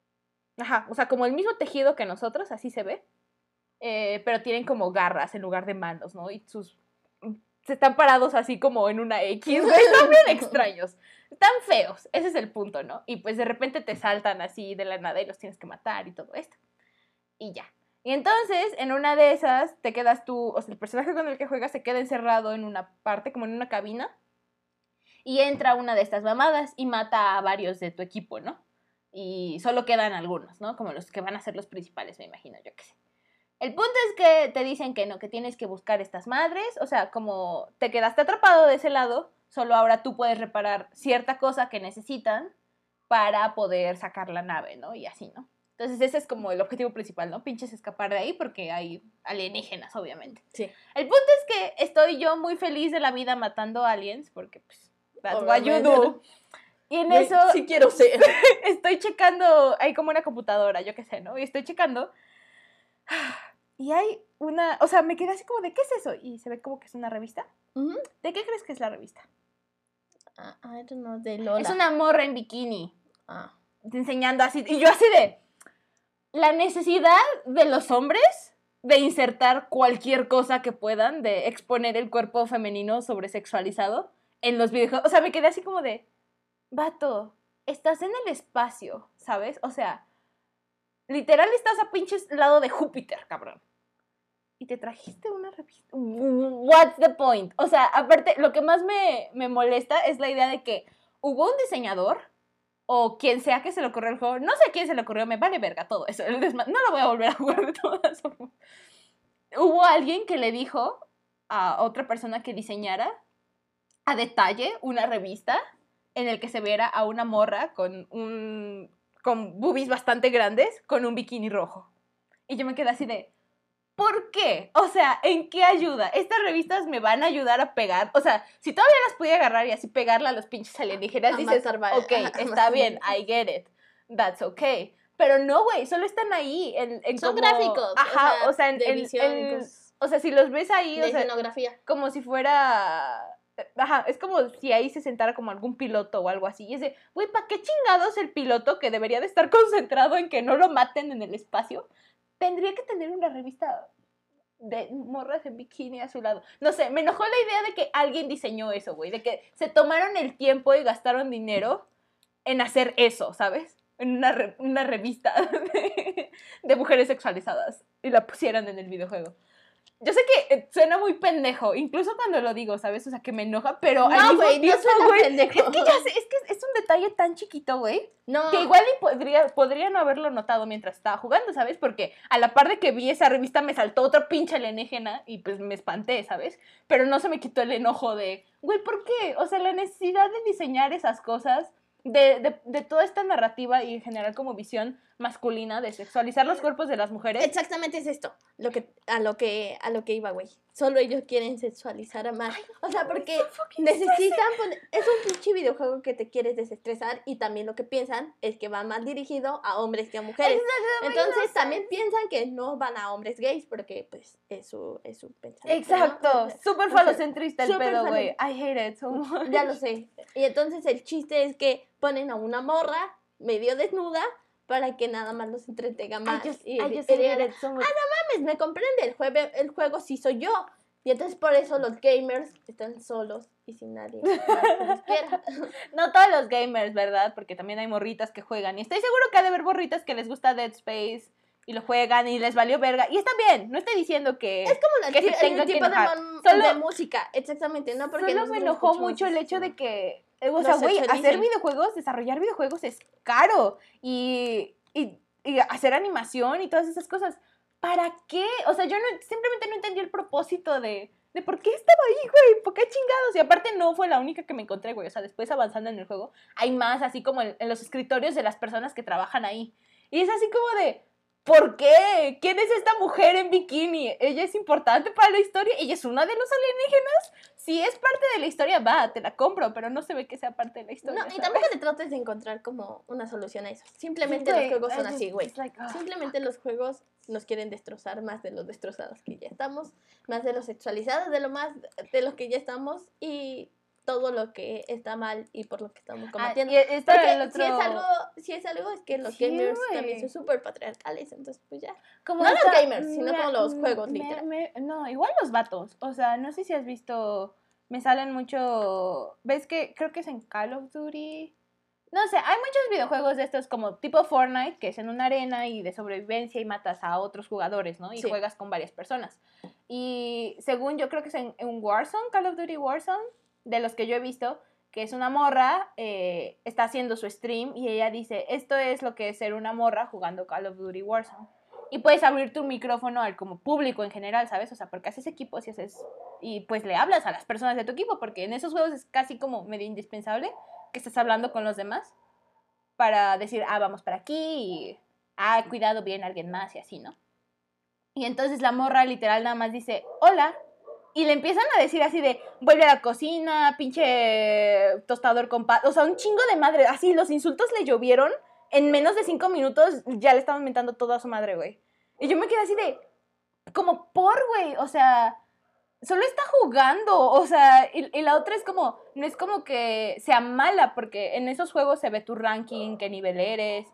Speaker 2: o sea, como el mismo tejido que nosotros, así se ve. Pero tienen como garras en lugar de manos, ¿no? Y se están parados así como en una X, güey. Están bien extraños. Están feos. Ese es el punto, ¿no? Y pues de repente te saltan así de la nada y los tienes que matar y todo esto. Y ya. Y entonces, en una de esas, te quedas tú, o sea, el personaje con el que juegas se queda encerrado en una parte, como en una cabina. Y entra una de estas mamadas y mata a varios de tu equipo, ¿no? Y solo quedan algunos, ¿no? Como los que van a ser los principales, me imagino, yo qué sé. El punto es que te dicen que no, que tienes que buscar estas madres, o sea, como te quedaste atrapado de ese lado, solo ahora tú puedes reparar cierta cosa que necesitan para poder sacar la nave, ¿no? Y así, ¿no? Entonces ese es como el objetivo principal, ¿no? Pinches escapar de ahí porque hay alienígenas, obviamente.
Speaker 1: Sí.
Speaker 2: El punto es que estoy yo muy feliz de la vida matando aliens porque, pues, that's what you do. Y en eso...
Speaker 1: Sí quiero ser.
Speaker 2: Estoy checando, hay como una computadora, yo qué sé, ¿no? Y estoy checando... Y hay una, o sea, me quedé así como de, ¿qué es eso? Y se ve como que es una revista. ¿De qué crees que es la revista?
Speaker 1: I don't know, de Lola.
Speaker 2: Es una morra en bikini. Enseñando así, y yo así de, la necesidad de los hombres de insertar cualquier cosa que puedan, de exponer el cuerpo femenino sobresexualizado en los videojuegos. O sea, me quedé así como de, vato, estás en el espacio, ¿sabes? O sea, literal estás a pinches lado de Júpiter, cabrón. Y te trajiste una revista. What's the point? O sea, aparte, lo que más me molesta es la idea de que hubo un diseñador o quien sea que se le ocurrió el juego. No sé a quién se le ocurrió, me vale verga todo eso. No lo voy a volver a jugar de todas formas. Hubo alguien que le dijo a otra persona que diseñara a detalle una revista en el que se viera a una morra con boobies bastante grandes, con un bikini rojo. Y yo me quedé así de, ¿por qué? O sea, ¿en qué ayuda? Estas revistas me van a ayudar a pegar. O sea, si todavía las pude agarrar y así pegarla a los pinches alienígenas, dices, ok, está bien, I get it. That's okay. Pero no, güey, solo están ahí
Speaker 1: Son
Speaker 2: como...
Speaker 1: gráficos.
Speaker 2: Ajá, o sea,
Speaker 1: de visión,
Speaker 2: o sea, si los ves ahí,
Speaker 1: de
Speaker 2: o sea,
Speaker 1: escenografía.
Speaker 2: como si fuera... Ajá, es como si ahí se sentara como algún piloto o algo así. Y es de, güey, ¿para qué chingados el piloto que debería de estar concentrado en que no lo maten en el espacio? Tendría que tener una revista de morras en bikini a su lado. No sé, me enojó la idea de que alguien diseñó eso, güey. De que se tomaron el tiempo y gastaron dinero en hacer eso, ¿sabes? En una revista de mujeres sexualizadas. Y la pusieran en el videojuego. Yo sé que suena muy pendejo, incluso cuando lo digo, ¿sabes? O sea, que me enoja, pero al mismo tiempo,
Speaker 1: no suena
Speaker 2: güey,
Speaker 1: pendejo.
Speaker 2: es que ya sé, es que es un detalle tan chiquito, güey,
Speaker 1: No.
Speaker 2: que igual y podría no haberlo notado mientras estaba jugando, ¿sabes? Porque a la par de que vi esa revista me saltó otra pinche alienígena y pues me espanté, ¿sabes? Pero no se me quitó el enojo de, güey, ¿por qué? O sea, la necesidad de diseñar esas cosas, de toda esta narrativa y en general como visión masculina de sexualizar los cuerpos de las mujeres.
Speaker 1: Exactamente es esto, a lo que iba, güey. Solo ellos quieren sexualizar a más. O sea, porque necesitan es un pinche videojuego que te quieres desestresar y también lo que piensan es que va más dirigido a hombres que a mujeres. Entonces también piensan que no van a hombres gays porque pues es su pensamiento.
Speaker 2: Exacto,
Speaker 1: ¿no?
Speaker 2: súper falocentrista el pedo, güey. I hate it so much.
Speaker 1: Ya lo sé. Y entonces el chiste es que ponen a una morra medio desnuda para que nada más los entretenga más. No mames, me comprende, el juego sí soy yo. Y entonces por eso los gamers están solos y sin nadie más que los quiera.
Speaker 2: No todos los gamers, ¿verdad? Porque también hay morritas que juegan. Y estoy seguro que ha de haber morritas que les gusta Dead Space y lo juegan y les valió verga. Y está bien, no estoy diciendo que
Speaker 1: es como el tipo de música, exactamente, ¿no? Porque
Speaker 2: solo me enojó mucho el hecho de que, o sea, güey, hacer videojuegos, desarrollar videojuegos es caro. Y hacer animación y todas esas cosas. ¿Para qué? O sea, yo simplemente no entendí el propósito de por qué estaba ahí, güey. ¿Por qué chingados? Y aparte no fue la única que me encontré, güey. O sea, después avanzando en el juego, hay más, así como en los escritorios de las personas que trabajan ahí. Y es así como de, ¿por qué? ¿Quién es esta mujer en bikini? ¿Ella es importante para la historia? ¿Ella es una de los alienígenas? Si es parte de la historia, va, te la compro, pero no se ve que sea parte de la historia.
Speaker 1: No, ¿sabes? Y tampoco te trates de encontrar como una solución a eso. Simplemente los juegos son así, güey. Simplemente los juegos nos quieren destrozar más de los destrozados que ya estamos, más de los sexualizados de los que ya estamos y todo lo que está mal y por lo que estamos combatiendo. Si es algo es que los gamers también son súper patriarcales, entonces pues ya. Como no los gamers, sino como los juegos, literal.
Speaker 2: No, igual los vatos. O sea, no sé si has visto, me salen mucho, ¿ves que creo que es en Call of Duty? No sé, hay muchos videojuegos de estos como tipo Fortnite, que es en una arena y de sobrevivencia y matas a otros jugadores, ¿no? Y juegas con varias personas. Y según yo creo que es en Warzone, Call of Duty Warzone, de los que yo he visto, que es una morra, está haciendo su stream y ella dice, esto es lo que es ser una morra jugando Call of Duty Warzone. Y puedes abrir tu micrófono al como público en general, ¿sabes? O sea, porque haces equipos y pues le hablas a las personas de tu equipo, porque en esos juegos es casi como medio indispensable que estés hablando con los demás para decir, vamos para aquí y, cuidado, bien alguien más y así, ¿no? Y entonces la morra literal nada más dice, hola, y le empiezan a decir así de, vuelve a la cocina, pinche tostador con o sea, un chingo de madre, así los insultos le llovieron, en menos de 5 minutos ya le estaban mentando todo a su madre, güey. Y yo me quedé así de, como güey, o sea, solo está jugando, o sea, y la otra es como, no es como que sea mala, porque en esos juegos se ve tu ranking, qué nivel eres,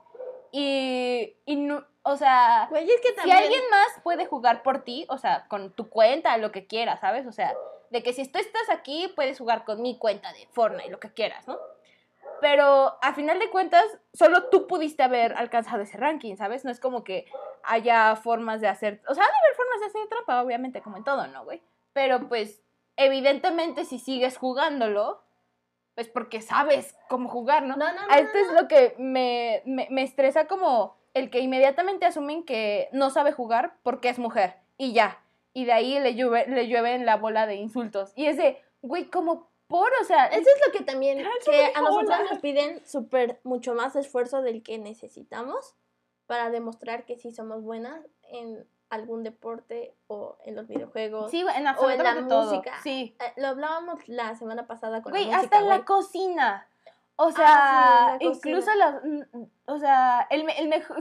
Speaker 2: y no, o sea,
Speaker 1: güey, es que
Speaker 2: también, si alguien más puede jugar por ti, o sea, con tu cuenta, lo que quieras, ¿sabes? O sea, de que si tú estás aquí, puedes jugar con mi cuenta de Fortnite, lo que quieras, ¿no? Pero a final de cuentas, solo tú pudiste haber alcanzado ese ranking, ¿sabes? No es como que haya formas de hacer, o sea, ha de haber formas de hacer trampa, obviamente, como en todo, ¿no, güey? Pero pues, evidentemente, si sigues jugándolo, pues porque sabes cómo jugar, ¿no? Esto es lo que me estresa, como el que inmediatamente asumen que no sabe jugar porque es mujer, y ya. Y de ahí le llueven la bola de insultos. Y es de, güey, como o sea...
Speaker 1: Eso es lo que también, que a nosotros nos piden mucho más esfuerzo del que necesitamos para demostrar que sí somos buenas en algún deporte o en los videojuegos,
Speaker 2: sí, en
Speaker 1: o en la música.
Speaker 2: Sí.
Speaker 1: Lo hablábamos la semana pasada con la
Speaker 2: música.
Speaker 1: Güey,
Speaker 2: hasta en la cocina. O sea, incluso o sea, el mejor,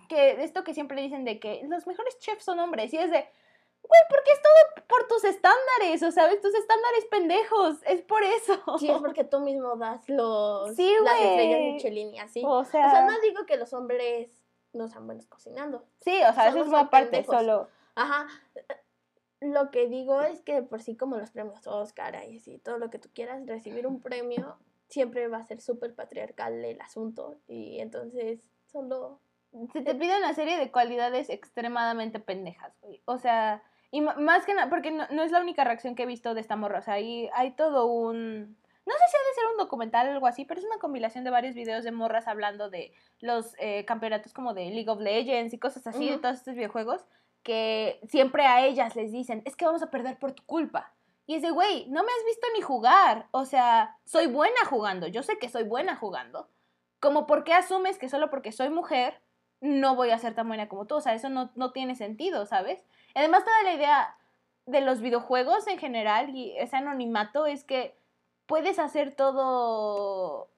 Speaker 2: que esto que siempre dicen de que los mejores chefs son hombres, y es de, güey, porque es todo por tus estándares, o sea, tus estándares pendejos, es por eso.
Speaker 1: Sí, es porque tú mismo das
Speaker 2: Sí,
Speaker 1: las estrellas Michelin y así. O sea, no digo que los hombres no sean buenos cocinando.
Speaker 2: Sí, o sea, eso es una parte solo.
Speaker 1: Ajá. Lo que digo es que por sí como los premios Oscar y así, todo lo que tú quieras, recibir un premio siempre va a ser súper patriarcal el asunto. Y entonces solo...
Speaker 2: Se te pide una serie de cualidades extremadamente pendejas, güey. O sea, y más que nada, porque no es la única reacción que he visto de esta morra. O sea, hay todo un... No sé si ha de ser un documental o algo así, pero es una compilación de varios videos de morras hablando de los campeonatos como de League of Legends y cosas así, de todos estos videojuegos, que siempre a ellas les dicen, es que vamos a perder por tu culpa. Y es de, güey, no me has visto ni jugar. O sea, soy buena jugando, yo sé que soy buena jugando. Como, ¿por qué asumes que solo porque soy mujer no voy a ser tan buena como tú? O sea, eso no tiene sentido, ¿sabes? Además, toda la idea de los videojuegos en general y ese anonimato es que puedes hacer todo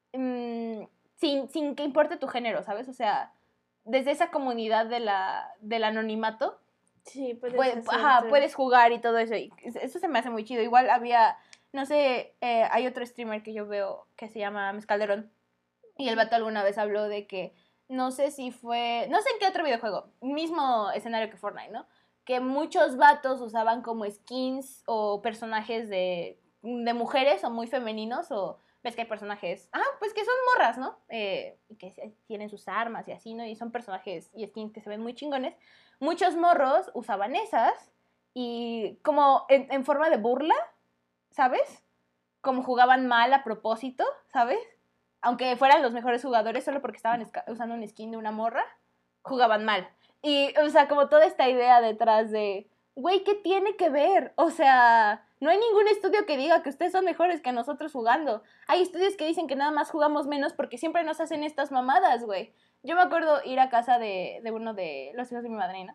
Speaker 2: sin que importe tu género, ¿sabes? O sea, desde esa comunidad del anonimato,
Speaker 1: sí,
Speaker 2: puedes jugar y todo eso. Y eso se me hace muy chido. Igual había, no sé, hay otro streamer que yo veo que se llama Mezcalderón. Y el vato alguna vez habló de que, no sé si fue, no sé en qué otro videojuego, mismo escenario que Fortnite, ¿no? Que muchos vatos usaban como skins o personajes de mujeres o muy femeninos, o ves que hay personajes, pues que son morras, ¿no? Y que tienen sus armas y así, ¿no? Y son personajes y skins que se ven muy chingones. Muchos morros usaban esas y como en forma de burla, ¿sabes? Como jugaban mal a propósito, ¿sabes? Aunque fueran los mejores jugadores, solo porque estaban usando un skin de una morra, jugaban mal. Y, o sea, como toda esta idea detrás de, güey, ¿qué tiene que ver? O sea, no hay ningún estudio que diga que ustedes son mejores que nosotros jugando. Hay estudios que dicen que nada más jugamos menos porque siempre nos hacen estas mamadas, güey. Yo me acuerdo ir a casa de uno de los hijos de mi madrina.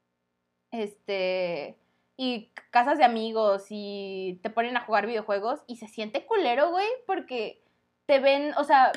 Speaker 2: Y casas de amigos y te ponen a jugar videojuegos y se siente culero, güey, porque te ven, o sea...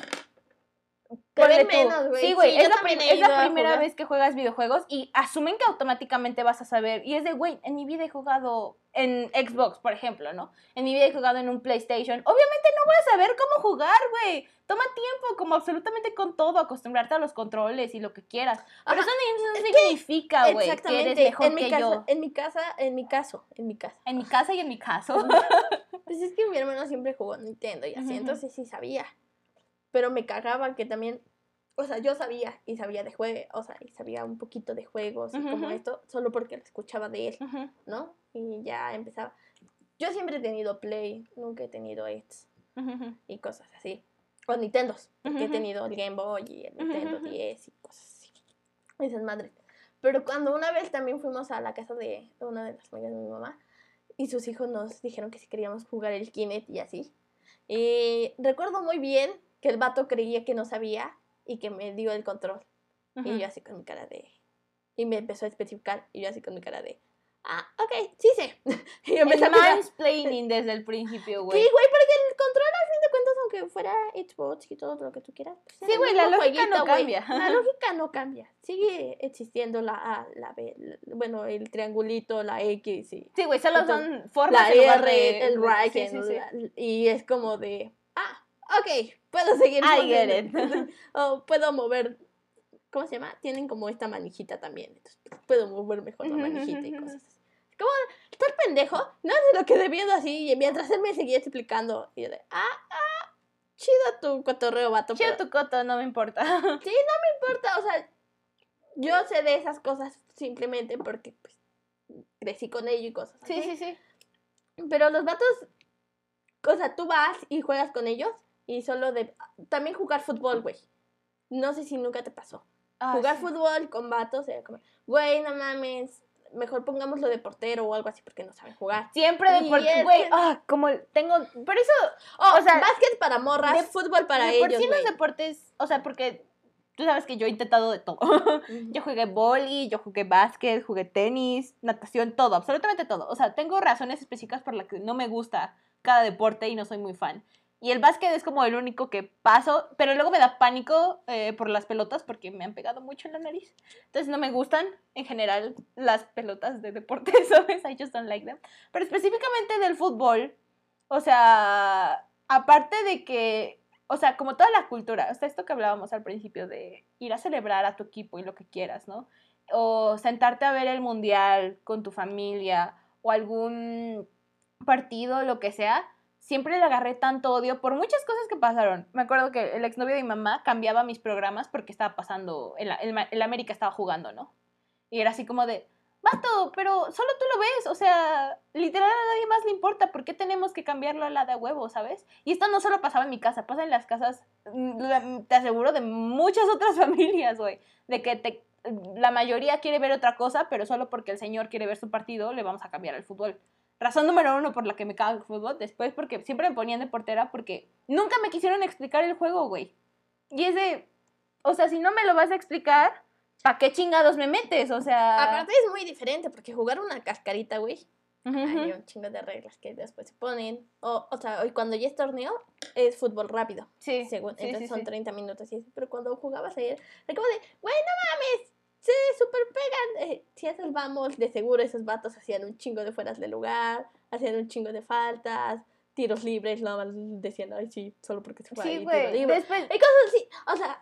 Speaker 1: Te ven menos, güey.
Speaker 2: Sí, güey, es la primera vez que juegas videojuegos y asumen que automáticamente vas a saber. Y es de, güey, en mi vida he jugado en Xbox, por ejemplo, ¿no? En mi vida he jugado en un PlayStation. Obviamente no voy a saber cómo jugar, güey. Toma tiempo, como absolutamente con todo, acostumbrarte a los controles y lo que quieras. Pero eso no significa, güey, que eres mejor que yo.
Speaker 1: En mi casa.
Speaker 2: En mi casa y en mi caso.
Speaker 1: Pues es que mi hermano siempre jugó Nintendo y así, entonces sí sabía. Pero me cagaba que también, o sea, yo sabía y sabía de juegos, o sea, y sabía un poquito de juegos y como esto, solo porque lo escuchaba de él, ¿no? Y ya empezaba. Yo siempre he tenido Play, nunca he tenido X y cosas así. O Nintendos, porque he tenido el Game Boy y el Nintendo 10 y cosas así. Esas madres. Pero cuando una vez también fuimos a la casa de una de las amigas de mi mamá y sus hijos nos dijeron que si queríamos jugar el Kinect y así. Y recuerdo muy bien que el vato creía que no sabía y que me dio el control. Y yo así con mi cara de... Y me empezó a especificar y yo así con mi cara de... Ok, sí sé. Y yo
Speaker 2: el mansplaining desde el principio, güey.
Speaker 1: Sí, güey, porque el control al fin de cuentas, aunque fuera Xbox y todo lo que tú quieras. Pues
Speaker 2: sí, güey, la lógica no cambia.
Speaker 1: La lógica no cambia. Sigue existiendo la A, la B, bueno, el triangulito, la X y...
Speaker 2: Sí, güey, solo son formas
Speaker 1: en lugar de... El right, y es como de... Ok, puedo seguir.
Speaker 2: I get it.
Speaker 1: O puedo mover, ¿cómo se llama? Tienen como esta manijita también, entonces puedo mover mejor la manijita y cosas así. Como, ¿estás pendejo? No sé lo que debiendo así, y mientras él me seguía explicando, y yo de, chido tu cotorreo, vato.
Speaker 2: Chido tu coto, no me importa.
Speaker 1: Sí, no me importa, o sea, yo sé de esas cosas simplemente porque, pues, crecí con ellos y cosas así.
Speaker 2: Sí.
Speaker 1: Pero los vatos, o sea, tú vas y juegas con ellos, y solo de... También jugar fútbol, güey. No sé si nunca te pasó. Jugar fútbol con vatos, como, güey, no mames, mejor pongámoslo de portero o algo así porque no saben jugar.
Speaker 2: Siempre de portero, güey, como tengo... Por eso,
Speaker 1: o sea... Básquet para morras, fútbol para ellos,
Speaker 2: por sí los deportes, o sea, porque tú sabes que yo he intentado de todo. Yo jugué vóley, yo jugué básquet, jugué tenis, natación, todo, absolutamente todo. O sea, tengo razones específicas por las que no me gusta cada deporte y no soy muy fan. Y el básquet es como el único que paso, pero luego me da pánico por las pelotas porque me han pegado mucho en la nariz. Entonces no me gustan en general las pelotas de deporte, ¿sabes? I just don't like them. Pero específicamente del fútbol, o sea, aparte de que, o sea, como toda la cultura, o sea, esto que hablábamos al principio de ir a celebrar a tu equipo y lo que quieras, ¿no? O sentarte a ver el mundial con tu familia o algún partido, lo que sea, siempre le agarré tanto odio por muchas cosas que pasaron. Me acuerdo que el exnovio de mi mamá cambiaba mis programas porque estaba pasando, el América estaba jugando, ¿no? Y era así como de, vato, pero solo tú lo ves, o sea, literal a nadie más le importa, ¿por qué tenemos que cambiarlo a la de huevo, sabes? Y esto no solo pasaba en mi casa, pasa en las casas, te aseguro, de muchas otras familias, güey, de que la mayoría quiere ver otra cosa, pero solo porque el señor quiere ver su partido, le vamos a cambiar el fútbol. Razón número 1 por la que me cago el fútbol. Después porque siempre me ponían de portera porque nunca me quisieron explicar el juego, güey. Y es de, o sea, si no me lo vas a explicar, ¿para qué chingados me metes? O sea...
Speaker 1: Aparte es muy diferente porque jugar una cascarita, güey, hay un chingo de reglas que después se ponen. O sea, hoy cuando ya es torneo, es fútbol rápido.
Speaker 2: Sí.
Speaker 1: Entonces son 30 minutos y eso. Pero cuando jugabas ayer, era como de, güey, no mames, se super pegan. Si haces vamos, de seguro esos vatos hacían un chingo de fueras de lugar, hacían un chingo de faltas, tiros libres, no más decían, ay, sí, solo porque se juega
Speaker 2: sí,
Speaker 1: ahí,
Speaker 2: güey.
Speaker 1: tiro libre.
Speaker 2: Después...
Speaker 1: Hay cosas así, o sea,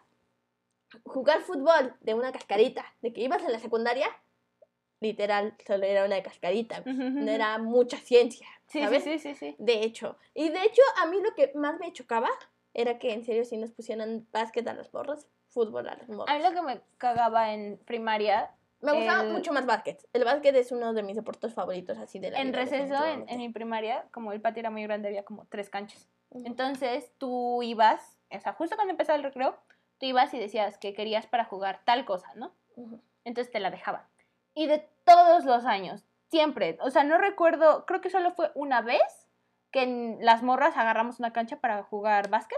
Speaker 1: jugar fútbol de una cascarita, de que ibas a la secundaria, literal, solo era una cascarita, no era mucha ciencia, ¿sabes?
Speaker 2: Sí.
Speaker 1: De hecho, a mí lo que más me chocaba era que en serio si nos pusieran básquet a las morras, fútbol a las morras.
Speaker 2: A mí lo que me cagaba en primaria...
Speaker 1: Me gustaba mucho más básquet. El básquet es uno de mis deportes favoritos así de la
Speaker 2: En
Speaker 1: vida,
Speaker 2: receso, en mi primaria, como el patio era muy grande, había como 3 canchas. Entonces tú ibas, o sea, justo cuando empezaba el recreo, tú ibas y decías que querías para jugar tal cosa, ¿no? Entonces te la dejaban. Y de todos los años, siempre, o sea, no recuerdo, creo que solo fue una vez que en las morras agarramos una cancha para jugar básquet.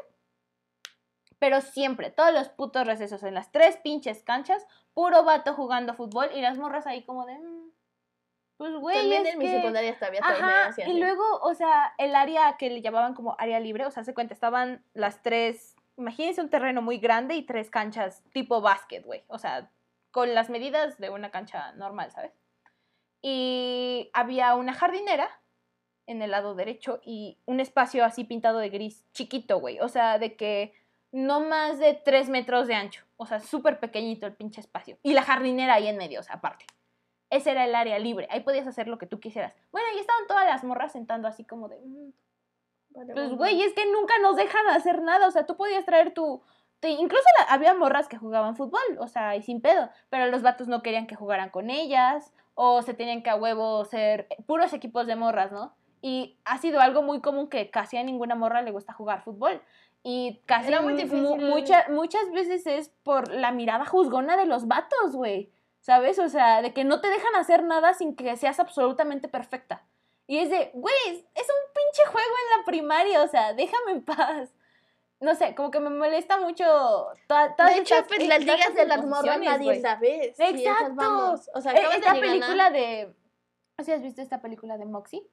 Speaker 2: Pero siempre, todos los putos recesos, en las 3 pinches canchas, puro vato jugando fútbol y las morras ahí como de... pues güey,
Speaker 1: también
Speaker 2: es
Speaker 1: en mi secundaria todavía
Speaker 2: ajá, y luego, o sea, el área que le llamaban como área libre, o sea, se cuenta, estaban las 3, imagínense un terreno muy grande y 3 canchas tipo básquet, güey, o sea, con las medidas de una cancha normal, ¿sabes? Y había una jardinera en el lado derecho y un espacio así pintado de gris, chiquito, güey, o sea, de que no más de 3 metros de ancho, o sea, súper pequeñito el pinche espacio, y la jardinera ahí en medio, o sea, aparte. Ese era el área libre, ahí podías hacer lo que tú quisieras. Bueno, y estaban todas las morras sentando así como de... pues, güey, es que nunca nos dejan hacer nada, o sea, tú podías traer incluso había morras que jugaban fútbol, o sea, y sin pedo, pero los vatos no querían que jugaran con ellas, o se tenían que a huevo ser puros equipos de morras, ¿no? Y ha sido algo muy común que casi a ninguna morra le gusta jugar fútbol. Y casi
Speaker 1: era muy difícil.
Speaker 2: Muchas veces es por la mirada juzgona de los vatos, güey. ¿Sabes? O sea, de que no te dejan hacer nada sin que seas absolutamente perfecta. Y es de, güey, es un pinche juego en la primaria, o sea, déjame en paz. No sé, como que me molesta mucho
Speaker 1: de hecho, pues las ligas de las morras nadie sabe.
Speaker 2: Exacto.
Speaker 1: O sea,
Speaker 2: esta película de... ¿No sé si has visto esta película de Moxie?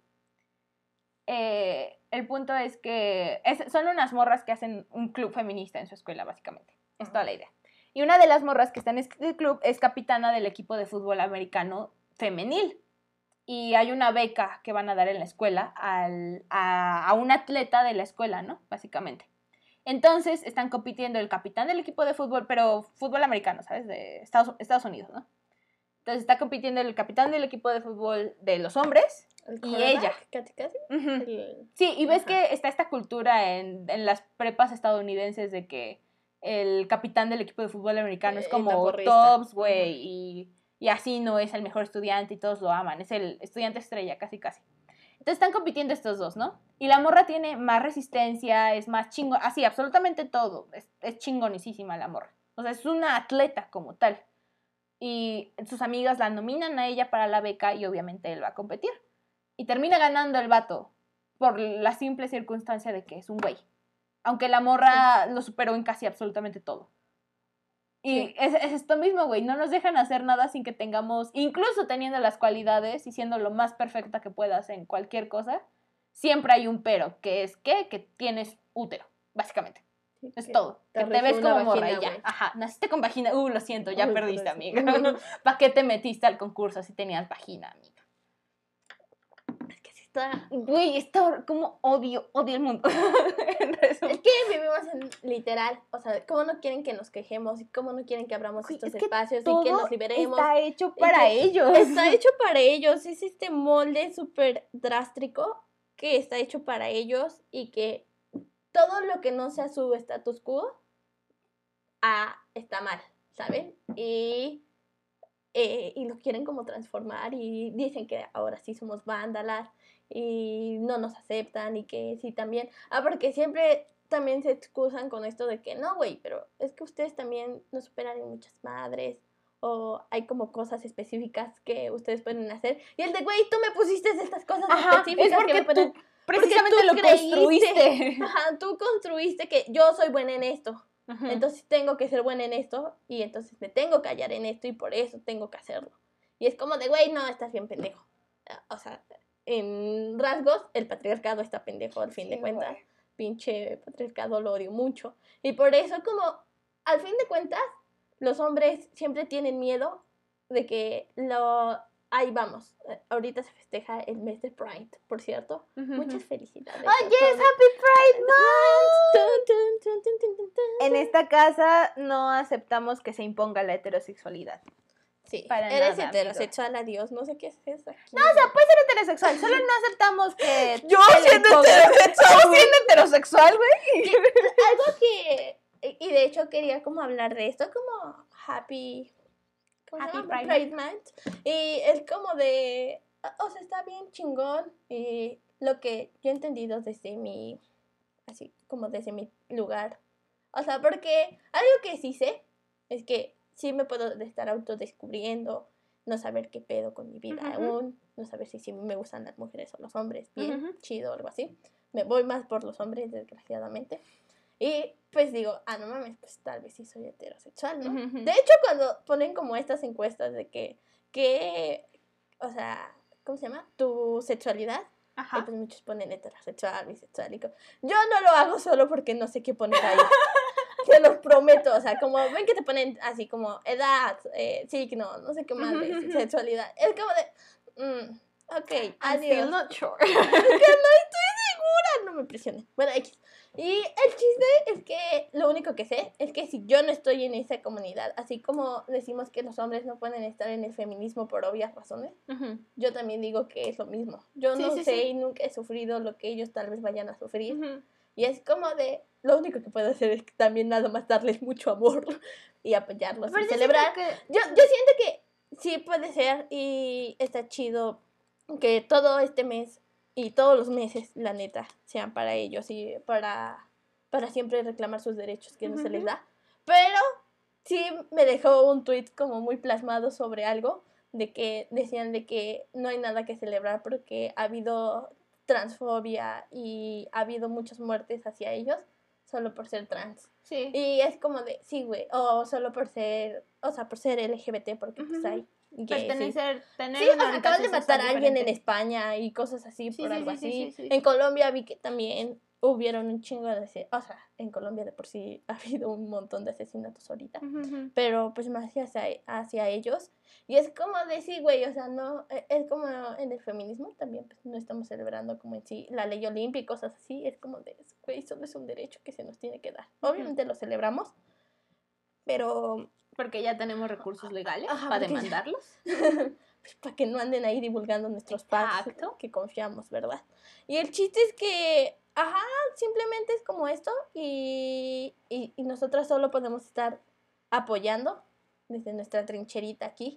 Speaker 2: El punto es que son unas morras que hacen un club feminista en su escuela, básicamente. Es toda la idea. Y una de las morras que está en este club es capitana del equipo de fútbol americano femenil. Y hay una beca que van a dar en la escuela a un atleta de la escuela, ¿no? Básicamente. Entonces están compitiendo el capitán del equipo de fútbol, pero fútbol americano, ¿sabes? De Estados Unidos, ¿no? Entonces está compitiendo el capitán del equipo de fútbol de los hombres y ella.
Speaker 1: Casi.
Speaker 2: Sí, y ves que está esta cultura en las prepas estadounidenses de que el capitán del equipo de fútbol americano es como tops, güey, y así no es el mejor estudiante y todos lo aman, es el estudiante estrella, casi. Entonces están compitiendo estos dos, ¿no? Y la morra tiene más resistencia, es más chingón, así, absolutamente todo, es chingonicísima la morra. O sea, es una atleta como tal. Y sus amigas la nominan a ella para la beca y obviamente él va a competir. Y termina ganando el vato por la simple circunstancia de que es un güey. Aunque la morra lo superó en casi absolutamente todo. Y es esto mismo, güey. No nos dejan hacer nada sin que tengamos, incluso teniendo las cualidades y siendo lo más perfecta que puedas en cualquier cosa, siempre hay un pero, que es que tienes útero, básicamente.
Speaker 1: Sí,
Speaker 2: Es todo. Que te ves como morra y ya. Ajá, naciste con vagina. Lo siento, ya perdiste, amiga. ¿Para qué te metiste al concurso si tenías vagina, amiga? Es que sí está... Güey, está como odio el mundo.
Speaker 1: Es que vivimos en literal, o sea, cómo no quieren que nos quejemos y cómo no quieren que abramos estos espacios y que nos liberemos.
Speaker 2: Está hecho para ellos.
Speaker 1: Está hecho para ellos, es este molde súper drástico que está hecho para ellos y que todo lo que no sea su status quo está mal, ¿saben? Y lo quieren como transformar y dicen que ahora sí somos vándalas y no nos aceptan y que sí también, porque siempre también se excusan con esto de que no, güey, pero es que ustedes también nos superan en muchas madres o hay como cosas específicas que ustedes pueden hacer y el de, güey, tú me pusiste estas cosas específicas
Speaker 2: es porque
Speaker 1: que me ponen,
Speaker 2: precisamente tú lo construiste.
Speaker 1: Ajá, tú construiste que yo soy buena en esto. Uh-huh. Entonces tengo que ser buena en esto y entonces me tengo que hallar en esto y por eso tengo que hacerlo. Y es como de, güey, no, estás bien pendejo. O sea, en rasgos, el patriarcado está pendejo al fin de cuentas. Güey. Pinche patriarcado lo odio mucho. Y por eso como, al fin de cuentas, los hombres siempre tienen miedo de que ahí vamos, ahorita se festeja el mes de Pride, por cierto. Uh-huh. Muchas felicidades.
Speaker 2: ¡Oh, yes! ¡Happy Pride Month! En esta casa no aceptamos que se imponga la heterosexualidad.
Speaker 1: Sí, eres nada, heterosexual, amigo. Adiós, no sé qué es eso aquí.
Speaker 2: No, o sea, puedes ser heterosexual, solo no aceptamos que...
Speaker 1: Yo siendo
Speaker 2: heterosexual, güey.
Speaker 1: Algo que... Y de hecho quería como hablar de esto, como Happy Pride Month. Y es como de, o sea, está bien chingón. Y lo que yo he entendido desde mi lugar. O sea, porque algo que sí sé es que sí me puedo estar autodescubriendo, no saber qué pedo con mi vida aún, no saber si me gustan las mujeres o los hombres, bien, chido o algo así. Me voy más por los hombres, desgraciadamente. Y pues digo, no mames, pues tal vez sí soy heterosexual, ¿no? De hecho, cuando ponen como estas encuestas de que o sea, ¿cómo se llama? Tu sexualidad. Y pues muchos ponen heterosexual, bisexual. Yo no lo hago solo porque no sé qué poner ahí. Te los prometo, o sea, como ven que te ponen así como edad, signo, no sé qué más de sexualidad. Es como de, ok, adiós.
Speaker 2: I'm still not sure.
Speaker 1: Es que no estoy segura, no me presiones. Bueno, X. Y el chiste es que lo único que sé es que si yo no estoy en esa comunidad, así como decimos que los hombres no pueden estar en el feminismo por obvias razones, yo también digo que es lo mismo. Yo no sé y nunca he sufrido lo que ellos tal vez vayan a sufrir. Y es como de, lo único que puedo hacer es también nada más darles mucho amor y apoyarlos y celebrar. Yo siento que sí puede ser y está chido que todo este mes y todos los meses, la neta, sean para ellos y para siempre reclamar sus derechos que no se les da. Pero sí me dejó un tweet como muy plasmado sobre algo, de que decían de que no hay nada que celebrar porque ha habido transfobia y ha habido muchas muertes hacia ellos solo por ser trans.
Speaker 2: Sí.
Speaker 1: Y es como de, sí, güey, o solo por ser, o sea, por ser LGBT, porque pues hay
Speaker 2: tener
Speaker 1: acaban de matar a alguien en España y cosas así por algo así. Sí. En Colombia vi que también hubieron un chingo de... O sea, en Colombia de por sí ha habido un montón de asesinatos ahorita. Pero pues más hacia ellos. Y es como decir, güey, o sea, no... Es como en el feminismo también, pues no estamos celebrando como en sí la ley olimpia y cosas así. Es como de, güey, solo es un derecho que se nos tiene que dar. Obviamente lo celebramos, pero...
Speaker 2: Porque ya tenemos recursos legales para demandarlos.
Speaker 1: Pues para que no anden ahí divulgando nuestros packs que confiamos, ¿verdad? Y el chiste es que, simplemente es como esto y nosotras solo podemos estar apoyando desde nuestra trincherita aquí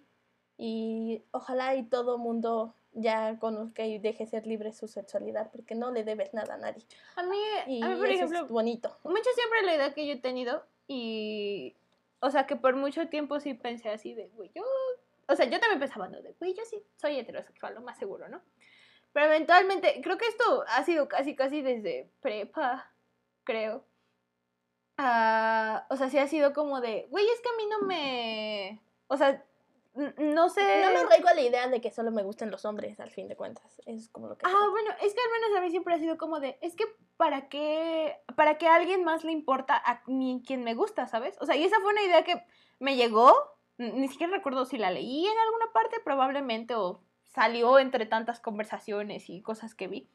Speaker 1: y ojalá y todo mundo ya conozca y deje ser libre su sexualidad porque no le debes nada a nadie.
Speaker 2: A mí
Speaker 1: por ejemplo, es bonito.
Speaker 2: Mucho siempre la idea que yo he tenido y... O sea, que por mucho tiempo sí pensé así de, güey, o sea, yo también pensaba, no, de, güey, yo sí soy heterosexual, lo más seguro, ¿no? Pero eventualmente, creo que esto ha sido casi desde prepa, creo. O sea, sí ha sido como de, güey, es que a mí no me... O sea, no sé.
Speaker 1: No me arraigo a la idea de que solo me gusten los hombres, al fin de cuentas. Es como lo que...
Speaker 2: Bueno, es que al menos a mí siempre ha sido como de, es que ¿para qué a alguien más le importa a mí quien me gusta, ¿sabes? O sea, y esa fue una idea que me llegó, ni siquiera recuerdo si la leí en alguna parte, probablemente, o salió entre tantas conversaciones y cosas que vi.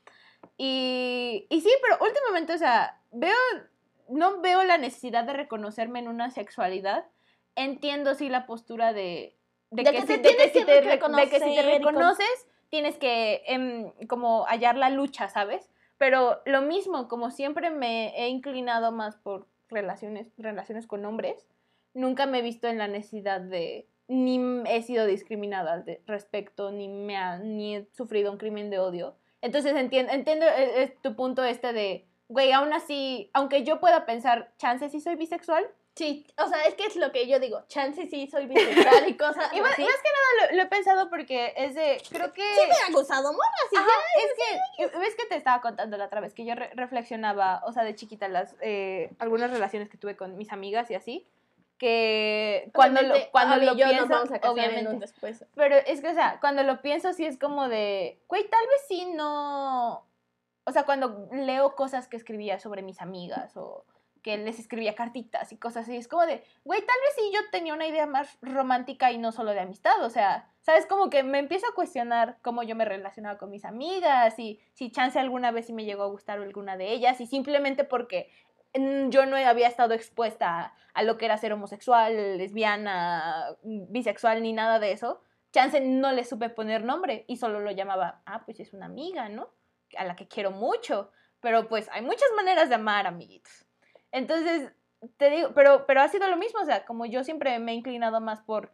Speaker 2: Y sí, pero últimamente, o sea, no veo la necesidad de reconocerme en una sexualidad. Entiendo sí la postura de que si te reconoces, tienes que como hallar la lucha, ¿sabes? Pero lo mismo, como siempre me he inclinado más por relaciones con hombres, nunca me he visto en la necesidad de, ni he sido discriminada al respecto, ni he sufrido un crimen de odio. Entonces entiendo tu punto de, güey, aún así, aunque yo pueda pensar, chance si soy bisexual.
Speaker 1: Sí, o sea, es que es lo que yo digo, chance sí soy bisexual y cosas
Speaker 2: y más que nada lo he pensado porque es de, creo que...
Speaker 1: Sí me ha gustado, morra, sí.
Speaker 2: Ajá, ves que te estaba contando la otra vez, que yo reflexionaba, o sea, de chiquita, algunas relaciones que tuve con mis amigas y así, que cuando lo pienso,
Speaker 1: nos vamos a casar
Speaker 2: obviamente,
Speaker 1: después.
Speaker 2: Pero es que, o sea, cuando lo pienso sí es como de, güey, tal vez sí no... O sea, cuando leo cosas que escribía sobre mis amigas o que les escribía cartitas y cosas así, es como de, güey, tal vez sí yo tenía una idea más romántica y no solo de amistad, o sea, ¿sabes? Como que me empiezo a cuestionar cómo yo me relacionaba con mis amigas y si chance alguna vez sí me llegó a gustar alguna de ellas y simplemente porque yo no había estado expuesta a lo que era ser homosexual, lesbiana, bisexual ni nada de eso, chance no le supe poner nombre y solo lo llamaba, pues es una amiga, ¿no? A la que quiero mucho, pero pues hay muchas maneras de amar, amiguitos. Entonces, te digo, pero ha sido lo mismo, o sea, como yo siempre me he inclinado más por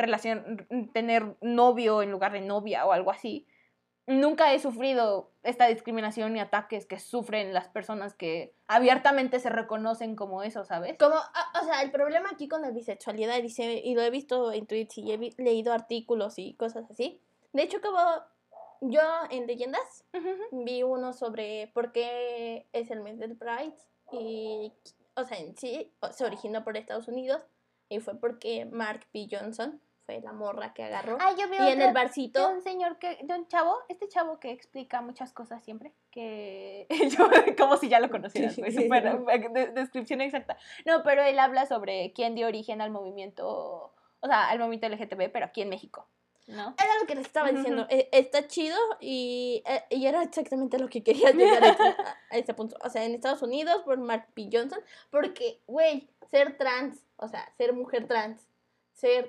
Speaker 2: tener novio en lugar de novia o algo así, nunca he sufrido esta discriminación ni ataques que sufren las personas que abiertamente se reconocen como eso, ¿sabes?
Speaker 1: Como, o sea, el problema aquí con la bisexualidad, y lo he visto en tweets y he leído artículos y cosas así. De hecho, como yo en Leyendas vi uno sobre por qué es el mes del Pride y, o sea, en sí se originó por Estados Unidos y fue porque Mark P. Johnson fue la morra que agarró.
Speaker 2: Yo vi
Speaker 1: y en el barcito
Speaker 2: de un señor de un chavo, este chavo que explica muchas cosas siempre, que yo como si ya lo conocieras, güey, súper descripción exacta. No, pero él habla sobre quién dio origen al movimiento, o sea, al movimiento LGTB, pero aquí en México, ¿no?
Speaker 1: Era lo que les estaba diciendo. Está chido y era exactamente lo que quería llegar a este punto. O sea, en Estados Unidos por Mark P. Johnson, porque, güey, ser trans, o sea, ser mujer trans, ser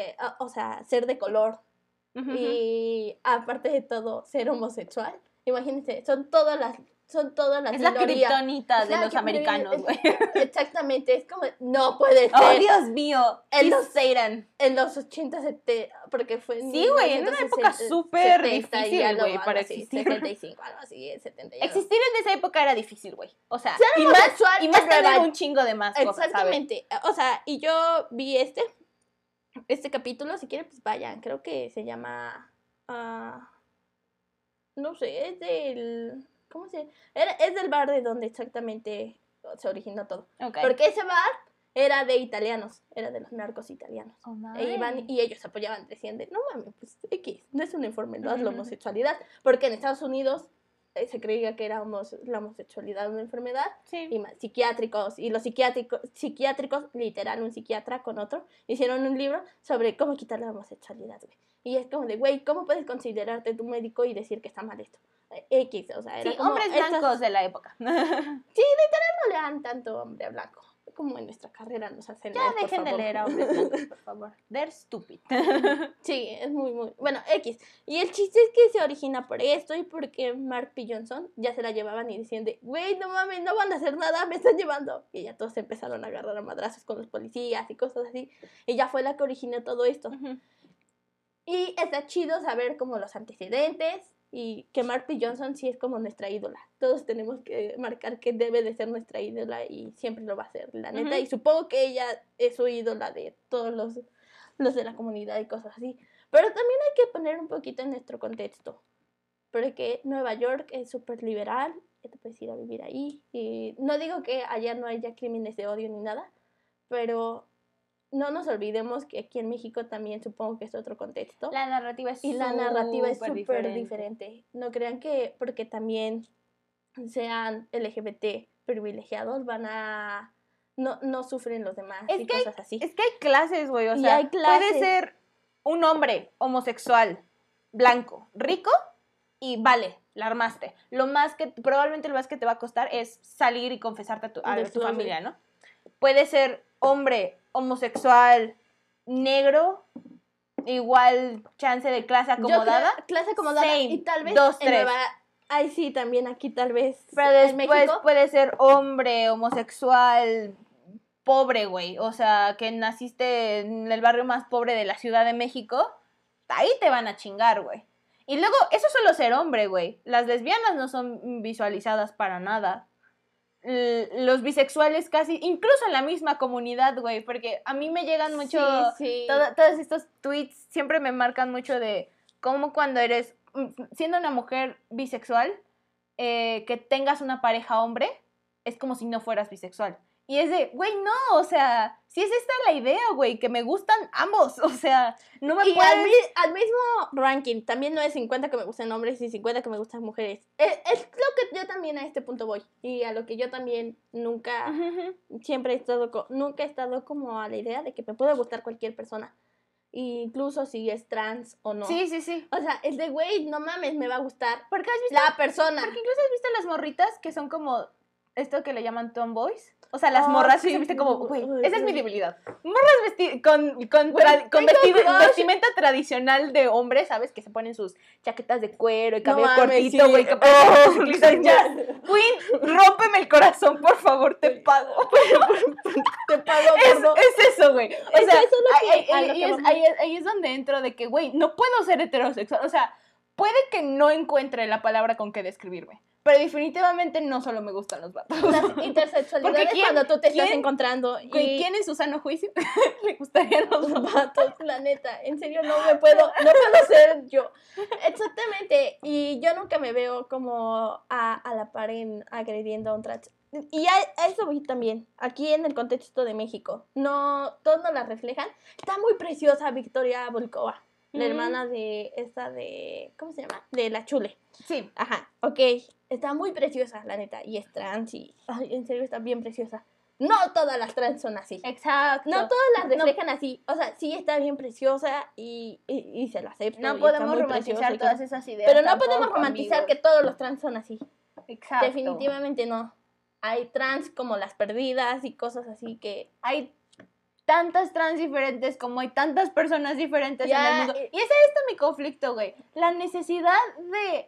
Speaker 1: de color y aparte de todo, ser homosexual. Imagínense, son todas las
Speaker 2: es la kriptonita de los americanos, güey.
Speaker 1: Exactamente, es como, no puede ser.
Speaker 2: ¡Oh, Dios mío!
Speaker 1: En los 80, 70, porque fue
Speaker 2: sí, güey, en una época súper difícil, güey, para existir.
Speaker 1: 75, algo así, 70 y algo.
Speaker 2: Existir en esa época era difícil, güey. O sea,
Speaker 1: y más
Speaker 2: tener un chingo de más cosas,
Speaker 1: exactamente, ¿sabes? O sea, y yo vi este capítulo, si quieren, pues vayan, creo que se llama, no sé, es del... ¿Cómo se llama? Es del bar de donde exactamente se originó todo.
Speaker 2: Okay.
Speaker 1: Porque ese bar era de italianos, era de los narcos italianos.
Speaker 2: Oh,
Speaker 1: iban y ellos apoyaban, decían de, no mames, pues X, no es una enfermedad la homosexualidad. Porque en Estados Unidos se creía que era la homosexualidad una enfermedad.
Speaker 2: Sí.
Speaker 1: Y más psiquiátricos, y los psiquiátricos, literal, un psiquiatra con otro, hicieron un libro sobre cómo quitar la homosexualidad, güey. Y es como de, güey, ¿cómo puedes considerarte tu médico y decir que está mal esto? X, o sea, era
Speaker 2: sí,
Speaker 1: como
Speaker 2: hombres blancos de la época.
Speaker 1: Sí, literal no lean tanto hombre blanco. Como en nuestra carrera nos hacen
Speaker 2: leer, por favor. Ya dejen de leer a hombres blancos, por favor. They're stupid.
Speaker 1: Sí, es muy, muy... Bueno, X. Y el chiste es que se origina por esto y porque Mark P. Johnson ya se la llevaban y decían de, güey, no mames, no van a hacer nada, me están llevando. Y ya todos empezaron a agarrar a madrazos con los policías y cosas así. Ella fue la que originó todo esto. Y está chido saber como los antecedentes y que Mark P. Johnson sí es como nuestra ídola. Todos tenemos que marcar que debe de ser nuestra ídola y siempre lo va a ser, la neta. Y supongo que ella es su ídola de todos los de la comunidad y cosas así. Pero también hay que poner un poquito en nuestro contexto. Porque Nueva York es súper liberal, ya te puedes ir a vivir ahí. Y no digo que allá no haya crímenes de odio ni nada, pero no nos olvidemos que aquí en México también supongo que es otro contexto.
Speaker 2: La narrativa es
Speaker 1: y la narrativa es súper diferente. No crean que porque también sean LGBT privilegiados van a... No sufren los demás y cosas así.
Speaker 2: Es que hay clases, güey, o sea, puede ser un hombre homosexual, blanco, rico y vale, la armaste. Probablemente lo más que te va a costar es salir y confesarte a tu familia, ¿no? Puede ser hombre homosexual, negro, igual chance de clase acomodada.
Speaker 1: Clase acomodada
Speaker 2: same,
Speaker 1: y tal vez
Speaker 2: 2, 3.
Speaker 1: Ay, sí, también aquí tal vez.
Speaker 2: Pero después puede ser hombre homosexual pobre, güey. O sea, que naciste en el barrio más pobre de la Ciudad de México. Ahí te van a chingar, güey. Y luego, eso es solo ser hombre, güey. Las lesbianas no son visualizadas para nada. Los bisexuales casi, incluso en la misma comunidad, güey, porque a mí me llegan mucho,
Speaker 1: sí.
Speaker 2: Todos estos tweets siempre me marcan mucho de cómo cuando eres, siendo una mujer bisexual, que tengas una pareja hombre, es como si no fueras bisexual. Y es de, güey, no, o sea, si es esta la idea, güey, que me gustan ambos, o sea, no me puedes...
Speaker 1: al mismo ranking, también no es 50 que me gustan hombres y 50 que me gustan mujeres. Es lo que yo también a este punto voy, y a lo que yo también nunca, siempre he estado, nunca he estado como a la idea de que me puede gustar cualquier persona, incluso si es trans o no.
Speaker 2: Sí, sí, sí.
Speaker 1: O sea, es de, güey, no mames, me va a gustar
Speaker 2: porque has visto,
Speaker 1: la persona.
Speaker 2: Porque incluso has visto las morritas que son como esto que le llaman tomboys. O sea, las morras que se visten como, güey, esa es mi debilidad. Morras con vestimenta tradicional de hombre, ¿sabes? Que se ponen sus chaquetas de cuero y cabello cortito, güey. Queen, rómpeme el corazón, por favor, te pago.
Speaker 1: Te pago,
Speaker 2: es eso, güey. O sea, ahí es donde entro de que, güey, no puedo ser heterosexual. O sea, puede que no encuentre la palabra con que describirme. Pero definitivamente no solo me gustan los vatos.
Speaker 1: Las intersexualidades cuando tú te estás encontrando.
Speaker 2: ¿Quién en su sano juicio le gustarían los
Speaker 1: vatos? La neta, en serio no puedo ser yo. Exactamente. Y yo nunca me veo como a la par agrediendo a un trans. Y a eso voy también. Aquí en el contexto de México. No, todos nos la reflejan. Está muy preciosa Victoria Volkova. La hermana de esta de... ¿Cómo se llama? De la Chule.
Speaker 2: Sí.
Speaker 1: Ajá, ok. Está muy preciosa, la neta. Y es trans y... Ay, en serio, está bien preciosa. No todas las trans son así.
Speaker 2: Exacto.
Speaker 1: No todas las reflejan así. O sea, sí está bien preciosa y se la acepto.
Speaker 2: No podemos romantizar todas esas ideas.
Speaker 1: Pero no podemos romantizar que todos los trans son así.
Speaker 2: Exacto.
Speaker 1: Definitivamente no. Hay trans como las perdidas y cosas así que...
Speaker 2: Hay tantas trans diferentes como hay tantas personas diferentes en el mundo. Y es esto mi conflicto, güey. La necesidad de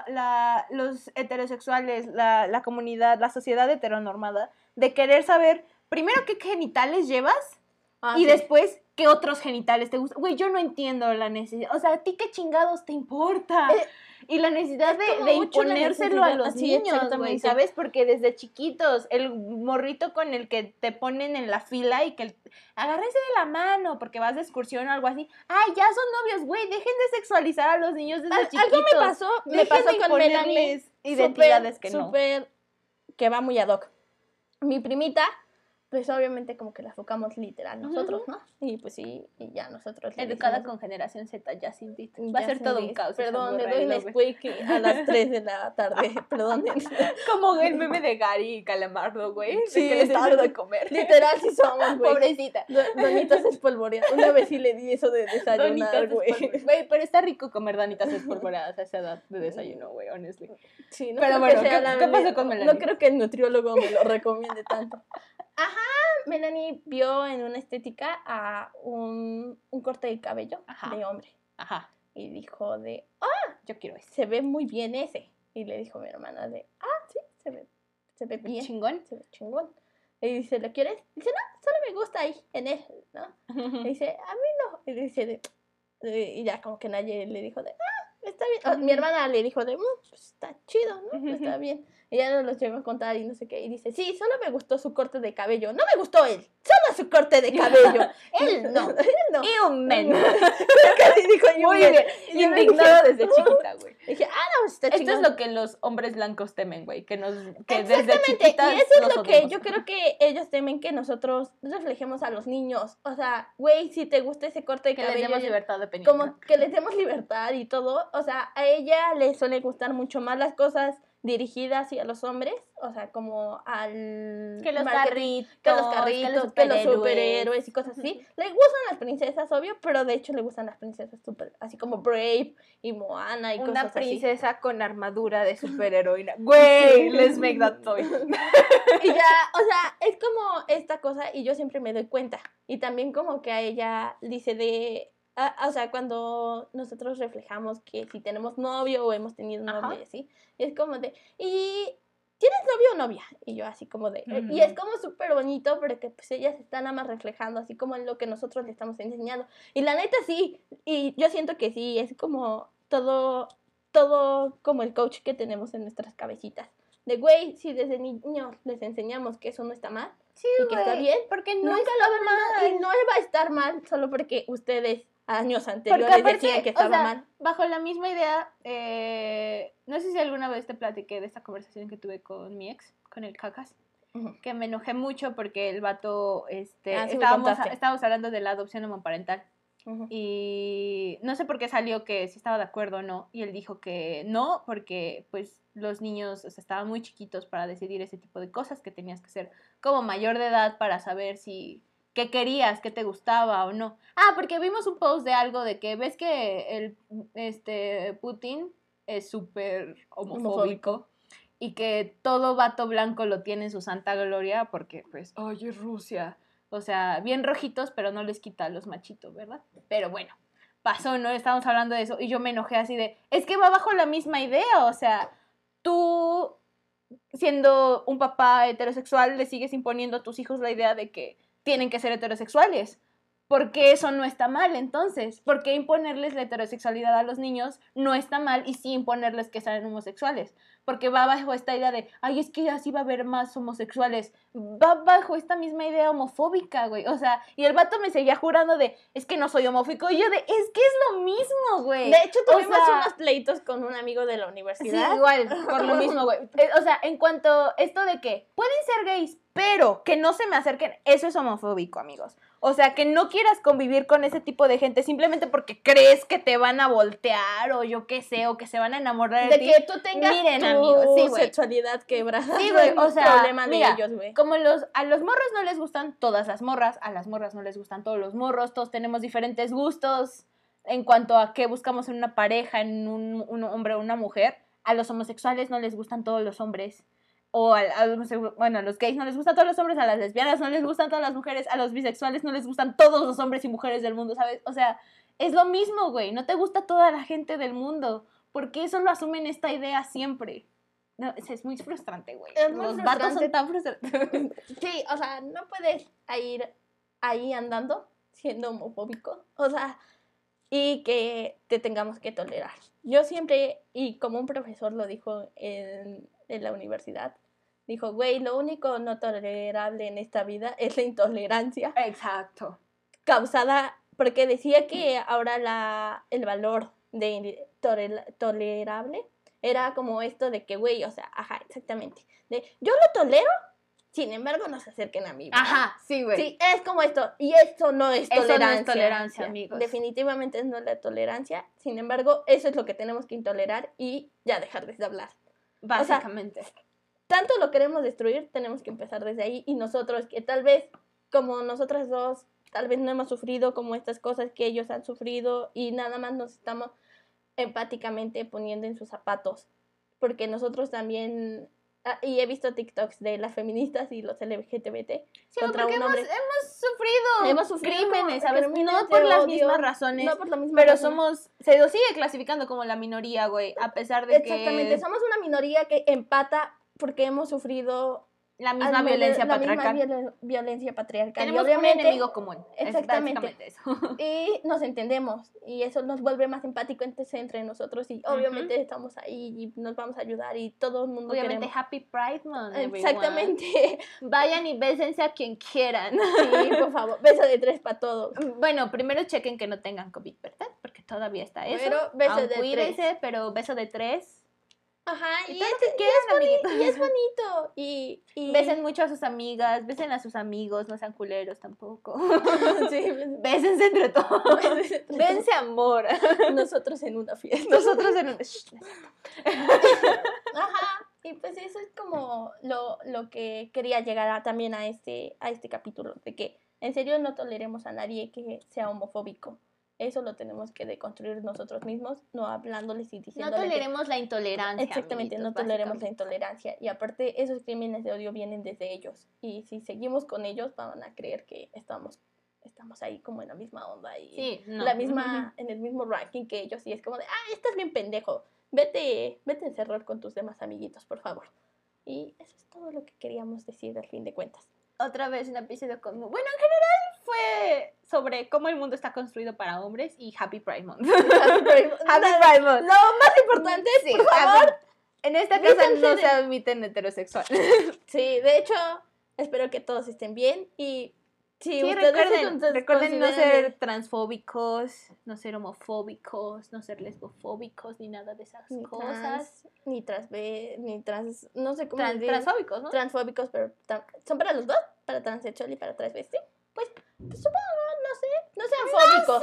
Speaker 2: los heterosexuales, la comunidad, la sociedad heteronormada, de querer saber, primero, qué genitales llevas y después, qué otros genitales te gustan. Güey, yo no entiendo la necesidad. O sea, ¿a ti qué chingados te importa? Y la necesidad de imponérselo a los niños, güey, ¿sabes? Porque desde chiquitos, el morrito con el que te ponen en la fila y que agárrese de la mano porque vas de excursión o algo así. Ay, ya son novios, güey, dejen de sexualizar a los niños desde chiquitos.
Speaker 1: Algo me pasó con Melanie.
Speaker 2: Identidades que no.
Speaker 1: Súper, que va muy ad hoc. Mi primita, pues obviamente como que la enfocamos literal nosotros, ¿no? Y pues sí, y ya nosotros.
Speaker 2: Educada con generación Z, ya sin ti. Va a ser todo un caos.
Speaker 1: Perdón, le doy un squeak a las 3 de la tarde, perdón.
Speaker 2: Como el meme de Gary y Calamardo, güey. Sí, que le está dando de comer.
Speaker 1: Literal sí somos, güey.
Speaker 2: Pobrecita.
Speaker 1: Donitas espolvoreadas. Una vez sí le di eso de desayunar, güey.
Speaker 2: Güey, pero está rico comer donitas espolvoreadas a esa edad de desayuno, güey, honestly.
Speaker 1: Sí, no
Speaker 2: pero bueno, ¿qué pasó con Melanie?
Speaker 1: No creo que el nutriólogo me lo recomiende tanto. Ajá, Melanie vio en una estética a un corte de cabello de hombre.
Speaker 2: Ajá.
Speaker 1: Y dijo de,
Speaker 2: yo quiero ese.
Speaker 1: Se ve muy bien ese. Y le dijo a mi hermana de, sí, se ve bien.
Speaker 2: ¿Chingón?
Speaker 1: Se ve chingón. Y dice, ¿lo quieres? Dice, no, solo me gusta ahí, en él, ¿no? Y dice, a mí no. Y dice, y ya como que nadie le dijo de, está bien. Mi hermana le dijo de, pues está chido, ¿no? Está bien. ella nos los llegó a contar y no sé qué, y dice, sí, solo me gustó su corte de cabello, no me gustó él, solo su corte de cabello.
Speaker 2: Él no. Y un men.
Speaker 1: Casi dijo y un
Speaker 2: Muy
Speaker 1: men.
Speaker 2: bien,
Speaker 1: Y yo
Speaker 2: indignada
Speaker 1: dije,
Speaker 2: desde chiquita, güey.
Speaker 1: Dije, no, está
Speaker 2: Esto
Speaker 1: chingón.
Speaker 2: es lo que los hombres blancos temen, güey, que desde
Speaker 1: Exactamente,
Speaker 2: chiquitas
Speaker 1: y eso es
Speaker 2: los
Speaker 1: lo que
Speaker 2: odiemos.
Speaker 1: yo creo que ellos temen que nosotros reflejemos a los niños. O sea, güey, si te gusta ese corte de
Speaker 2: Que
Speaker 1: cabello,
Speaker 2: les demos libertad de opinión.
Speaker 1: como que les demos libertad y todo. O sea, a ella le suele gustar mucho más las cosas dirigidas hacia los hombres, o sea, como al
Speaker 2: Que los
Speaker 1: marketing,
Speaker 2: carritos,
Speaker 1: que los superhéroes y cosas así. Le gustan las princesas, obvio, pero de hecho le gustan las princesas super, así como Brave y Moana y cosas así.
Speaker 2: Una princesa con armadura de superheroína. Güey, let's make that toy.
Speaker 1: Y ya, o sea, es como esta cosa y yo siempre me doy cuenta. Y también como que a ella dice o sea, cuando nosotros reflejamos que si tenemos novio o hemos tenido novio y así, es como de, ¿y tienes novio o novia? Y yo así como de, y es como súper bonito porque pues ellas están nada más reflejando así como en lo que nosotros le estamos enseñando. Y la neta sí, y yo siento que sí, es como todo como el coach que tenemos en nuestras cabecitas. De güey, si desde niños les enseñamos que eso no está mal,
Speaker 2: sí,
Speaker 1: y que está bien,
Speaker 2: porque
Speaker 1: nunca lo van a, y no va a estar mal solo porque ustedes años anteriores decían que estaba mal.
Speaker 2: Bajo la misma idea, no sé si alguna vez te platiqué de esta conversación que tuve con mi ex, con el Cacas, que me enojé mucho porque el vato, estábamos hablando de la adopción homoparental. Y no sé por qué salió que si estaba de acuerdo o no, y él dijo que no, porque pues los niños estaban muy chiquitos para decidir ese tipo de cosas, que tenías que ser como mayor de edad para saber si qué querías, qué te gustaba o no. Porque vimos un post de algo de que ves que Putin es súper homofóbico y que todo vato blanco lo tiene en su santa gloria porque pues, oye, Rusia. O sea, bien rojitos, pero no les quita a los machitos, ¿verdad? Pero bueno, pasó, ¿no? Estábamos hablando de eso y yo me enojé así de, es que va bajo la misma idea, o sea, tú, siendo un papá heterosexual, le sigues imponiendo a tus hijos la idea de que tienen que ser heterosexuales. ¿Por qué eso no está mal, entonces? ¿Por qué imponerles la heterosexualidad a los niños no está mal y sí imponerles que sean homosexuales? Porque va bajo esta idea de, ay, es que así va a haber más homosexuales. Va bajo esta misma idea homofóbica, güey. O sea, y el vato me seguía jurando de, es que no soy homofóbico. Y yo de, es que es lo mismo, güey.
Speaker 1: De hecho, tuvimos unos pleitos con un amigo de la universidad.
Speaker 2: Sí, igual, por lo mismo, güey. O sea, en cuanto a esto de que pueden ser gays, pero que no se me acerquen, eso es homofóbico, amigos. O sea, que no quieras convivir con ese tipo de gente simplemente porque crees que te van a voltear o yo qué sé, o que se van a enamorar de ti.
Speaker 1: De que tú tengas tu
Speaker 2: amigos,
Speaker 1: sexualidad quebrada.
Speaker 2: Sí, güey, o sea,
Speaker 1: problema de ellos, güey.
Speaker 2: Como a los morros no les gustan todas las morras, a las morras no les gustan todos los morros, todos tenemos diferentes gustos en cuanto a qué buscamos en una pareja, en un hombre o una mujer. A los homosexuales no les gustan todos los hombres. O a los gays no les gustan todos los hombres, a las lesbianas no les gustan todas las mujeres, a los bisexuales no les gustan todos los hombres y mujeres del mundo, ¿sabes? O sea, es lo mismo, güey, no te gusta toda la gente del mundo, porque eso lo asumen esta idea siempre. No, es muy frustrante, güey. Los vatos son tan frustrantes.
Speaker 1: Sí, o sea, no puedes ir ahí andando siendo homofóbico, o sea, y que te tengamos que tolerar. Yo siempre, y como un profesor lo dijo en la universidad, dijo, güey, lo único no tolerable en esta vida es la intolerancia.
Speaker 2: Exacto.
Speaker 1: Causada, porque decía que ahora el valor de tolerable era como esto de que, güey, o sea, ajá, exactamente. De, yo lo tolero, sin embargo, no se acerquen a mí, ¿verdad?
Speaker 2: Ajá, sí, güey.
Speaker 1: Sí, es como esto, y esto no es tolerancia.
Speaker 2: Eso no es tolerancia, amigos.
Speaker 1: Definitivamente no es la tolerancia, sin embargo, eso es lo que tenemos que intolerar y ya dejarles de hablar.
Speaker 2: Básicamente.
Speaker 1: O sea, tanto lo queremos destruir, tenemos que empezar desde ahí, y nosotros, que tal vez, como nosotras dos, tal vez no hemos sufrido como estas cosas que ellos han sufrido, y nada más nos estamos empáticamente poniendo en sus zapatos, porque nosotros también, y he visto TikToks de las feministas y los LGTBT
Speaker 2: sí,
Speaker 1: contra un hombre.
Speaker 2: Hemos sufrido crímenes, ¿sabes?
Speaker 1: Crímenes
Speaker 2: no por las
Speaker 1: odio,
Speaker 2: mismas razones,
Speaker 1: no por la misma
Speaker 2: pero
Speaker 1: razón.
Speaker 2: se lo sigue clasificando como la minoría, güey, a pesar de
Speaker 1: Exactamente, somos una minoría que empata porque hemos sufrido
Speaker 2: la misma violencia patriarcal.
Speaker 1: Violencia patriarcal.
Speaker 2: Tenemos un enemigo común.
Speaker 1: Exactamente.
Speaker 2: Es básicamente eso.
Speaker 1: Y nos entendemos. Y eso nos vuelve más empático entre nosotros. Y obviamente estamos ahí y nos vamos a ayudar. Y todo el mundo
Speaker 2: obviamente Happy Pride Month, everyone.
Speaker 1: Exactamente.
Speaker 2: Vayan y bésense a quien quieran.
Speaker 1: Sí, por favor. Beso de 3 para todos.
Speaker 2: Bueno, primero chequen que no tengan COVID, ¿verdad? Porque todavía está eso.
Speaker 1: Pero beso de 3.
Speaker 2: Cuídense, pero beso de 3.
Speaker 1: Ajá,
Speaker 2: y es
Speaker 1: bonito. Y
Speaker 2: besen mucho a sus amigas, besen a sus amigos, no sean culeros tampoco.
Speaker 1: Sí,
Speaker 2: bésense entre todos. Dense amor.
Speaker 1: Nosotros en una fiesta.
Speaker 2: Nosotros en una...
Speaker 1: Ajá, y pues eso es como lo que quería llegar también a este capítulo, de que en serio no toleremos a nadie que sea homofóbico. Eso lo tenemos que deconstruir nosotros mismos, no hablándoles y diciéndoles...
Speaker 2: No toleremos la intolerancia.
Speaker 1: Exactamente, no toleremos la intolerancia. Y aparte, esos crímenes de odio vienen desde ellos. Y si seguimos con ellos, van a creer que estamos ahí como en la misma onda y
Speaker 2: sí, no.
Speaker 1: en el mismo ranking que ellos. Y es como de, estás bien pendejo. Vete a encerrar con tus demás amiguitos, por favor. Y eso es todo lo que queríamos decir al fin de cuentas.
Speaker 2: Otra vez un episodio con... Bueno, en general fue sobre cómo el mundo está construido para hombres y Happy Pride Month. Happy Pride Month.
Speaker 1: Lo más importante es, por favor,
Speaker 2: en esta casa no se admiten heterosexuales.
Speaker 1: Sí, de hecho, espero que todos estén bien y...
Speaker 2: Sí, recuerden no ser transfóbicos, no ser homofóbicos, no ser lesbofóbicos, ni nada de esas cosas.
Speaker 1: Ni trans, no sé cómo decir.
Speaker 2: Transfóbicos, ¿no?
Speaker 1: Transfóbicos, pero ¿son para los dos? ¿Para transexual y para transvesti? Pues supongo, no sean fóbicos.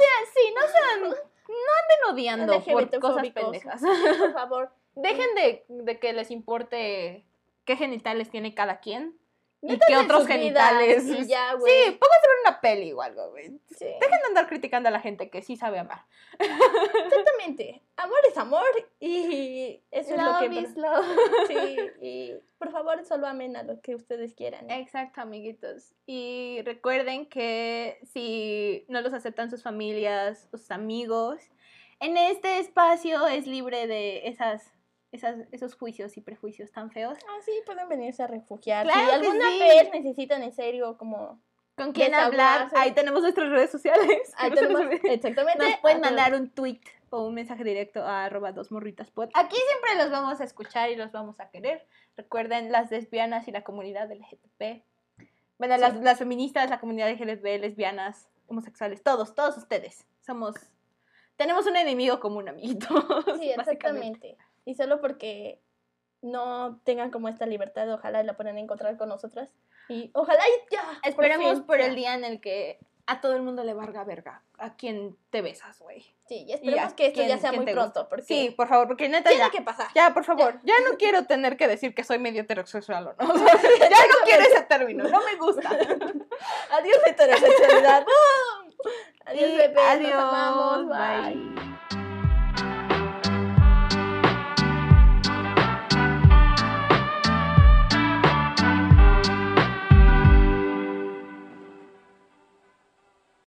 Speaker 2: No anden odiando por cosas pendejas.
Speaker 1: Por favor.
Speaker 2: Dejen de que les importe qué genitales tiene cada quien. ¿Y qué otros genitales?
Speaker 1: Y ya,
Speaker 2: güey. Sí, pónganse a ver una peli o algo, güey.
Speaker 1: Sí.
Speaker 2: Dejen de andar criticando a la gente que sí sabe amar.
Speaker 1: Exactamente. Amor es amor y eso
Speaker 2: love
Speaker 1: es lo que...
Speaker 2: is love.
Speaker 1: Sí, y por favor solo amen a lo que ustedes quieran.
Speaker 2: Exacto, amiguitos. Y recuerden que si no los aceptan sus familias, sus amigos, en este espacio es libre de esos juicios y prejuicios tan feos.
Speaker 1: Sí, pueden venirse a refugiar.
Speaker 2: Claro,
Speaker 1: si alguna vez necesitan en serio como...
Speaker 2: ¿Con quién hablar? Ahí tenemos nuestras redes sociales.
Speaker 1: Exactamente.
Speaker 2: Nos pueden mandar un tweet o un mensaje directo a @2morritaspod. Aquí siempre los vamos a escuchar y los vamos a querer. Recuerden, las lesbianas y la comunidad LGTB. Bueno, sí. las feministas, la comunidad LGTB, lesbianas, homosexuales, todos ustedes. Tenemos un enemigo común, amiguitos.
Speaker 1: Sí, exactamente. Y solo porque no tengan como esta libertad, ojalá la puedan encontrar con nosotras. Y ojalá y ya.
Speaker 2: Esperemos por el día en el que a todo el mundo le valga verga a quien te besas, güey.
Speaker 1: Sí, y esperemos que esto ya sea muy pronto. Porque
Speaker 2: sí, por favor, porque neta
Speaker 1: tiene que pasar.
Speaker 2: Ya, por favor. Ya no quiero tener que decir que soy medio heterosexual o no. O sea, ya no quiero ese término, no me gusta.
Speaker 1: Adiós, heterosexualidad. Adiós, bebé.
Speaker 2: Adiós.
Speaker 1: Nos amamos.
Speaker 2: Bye.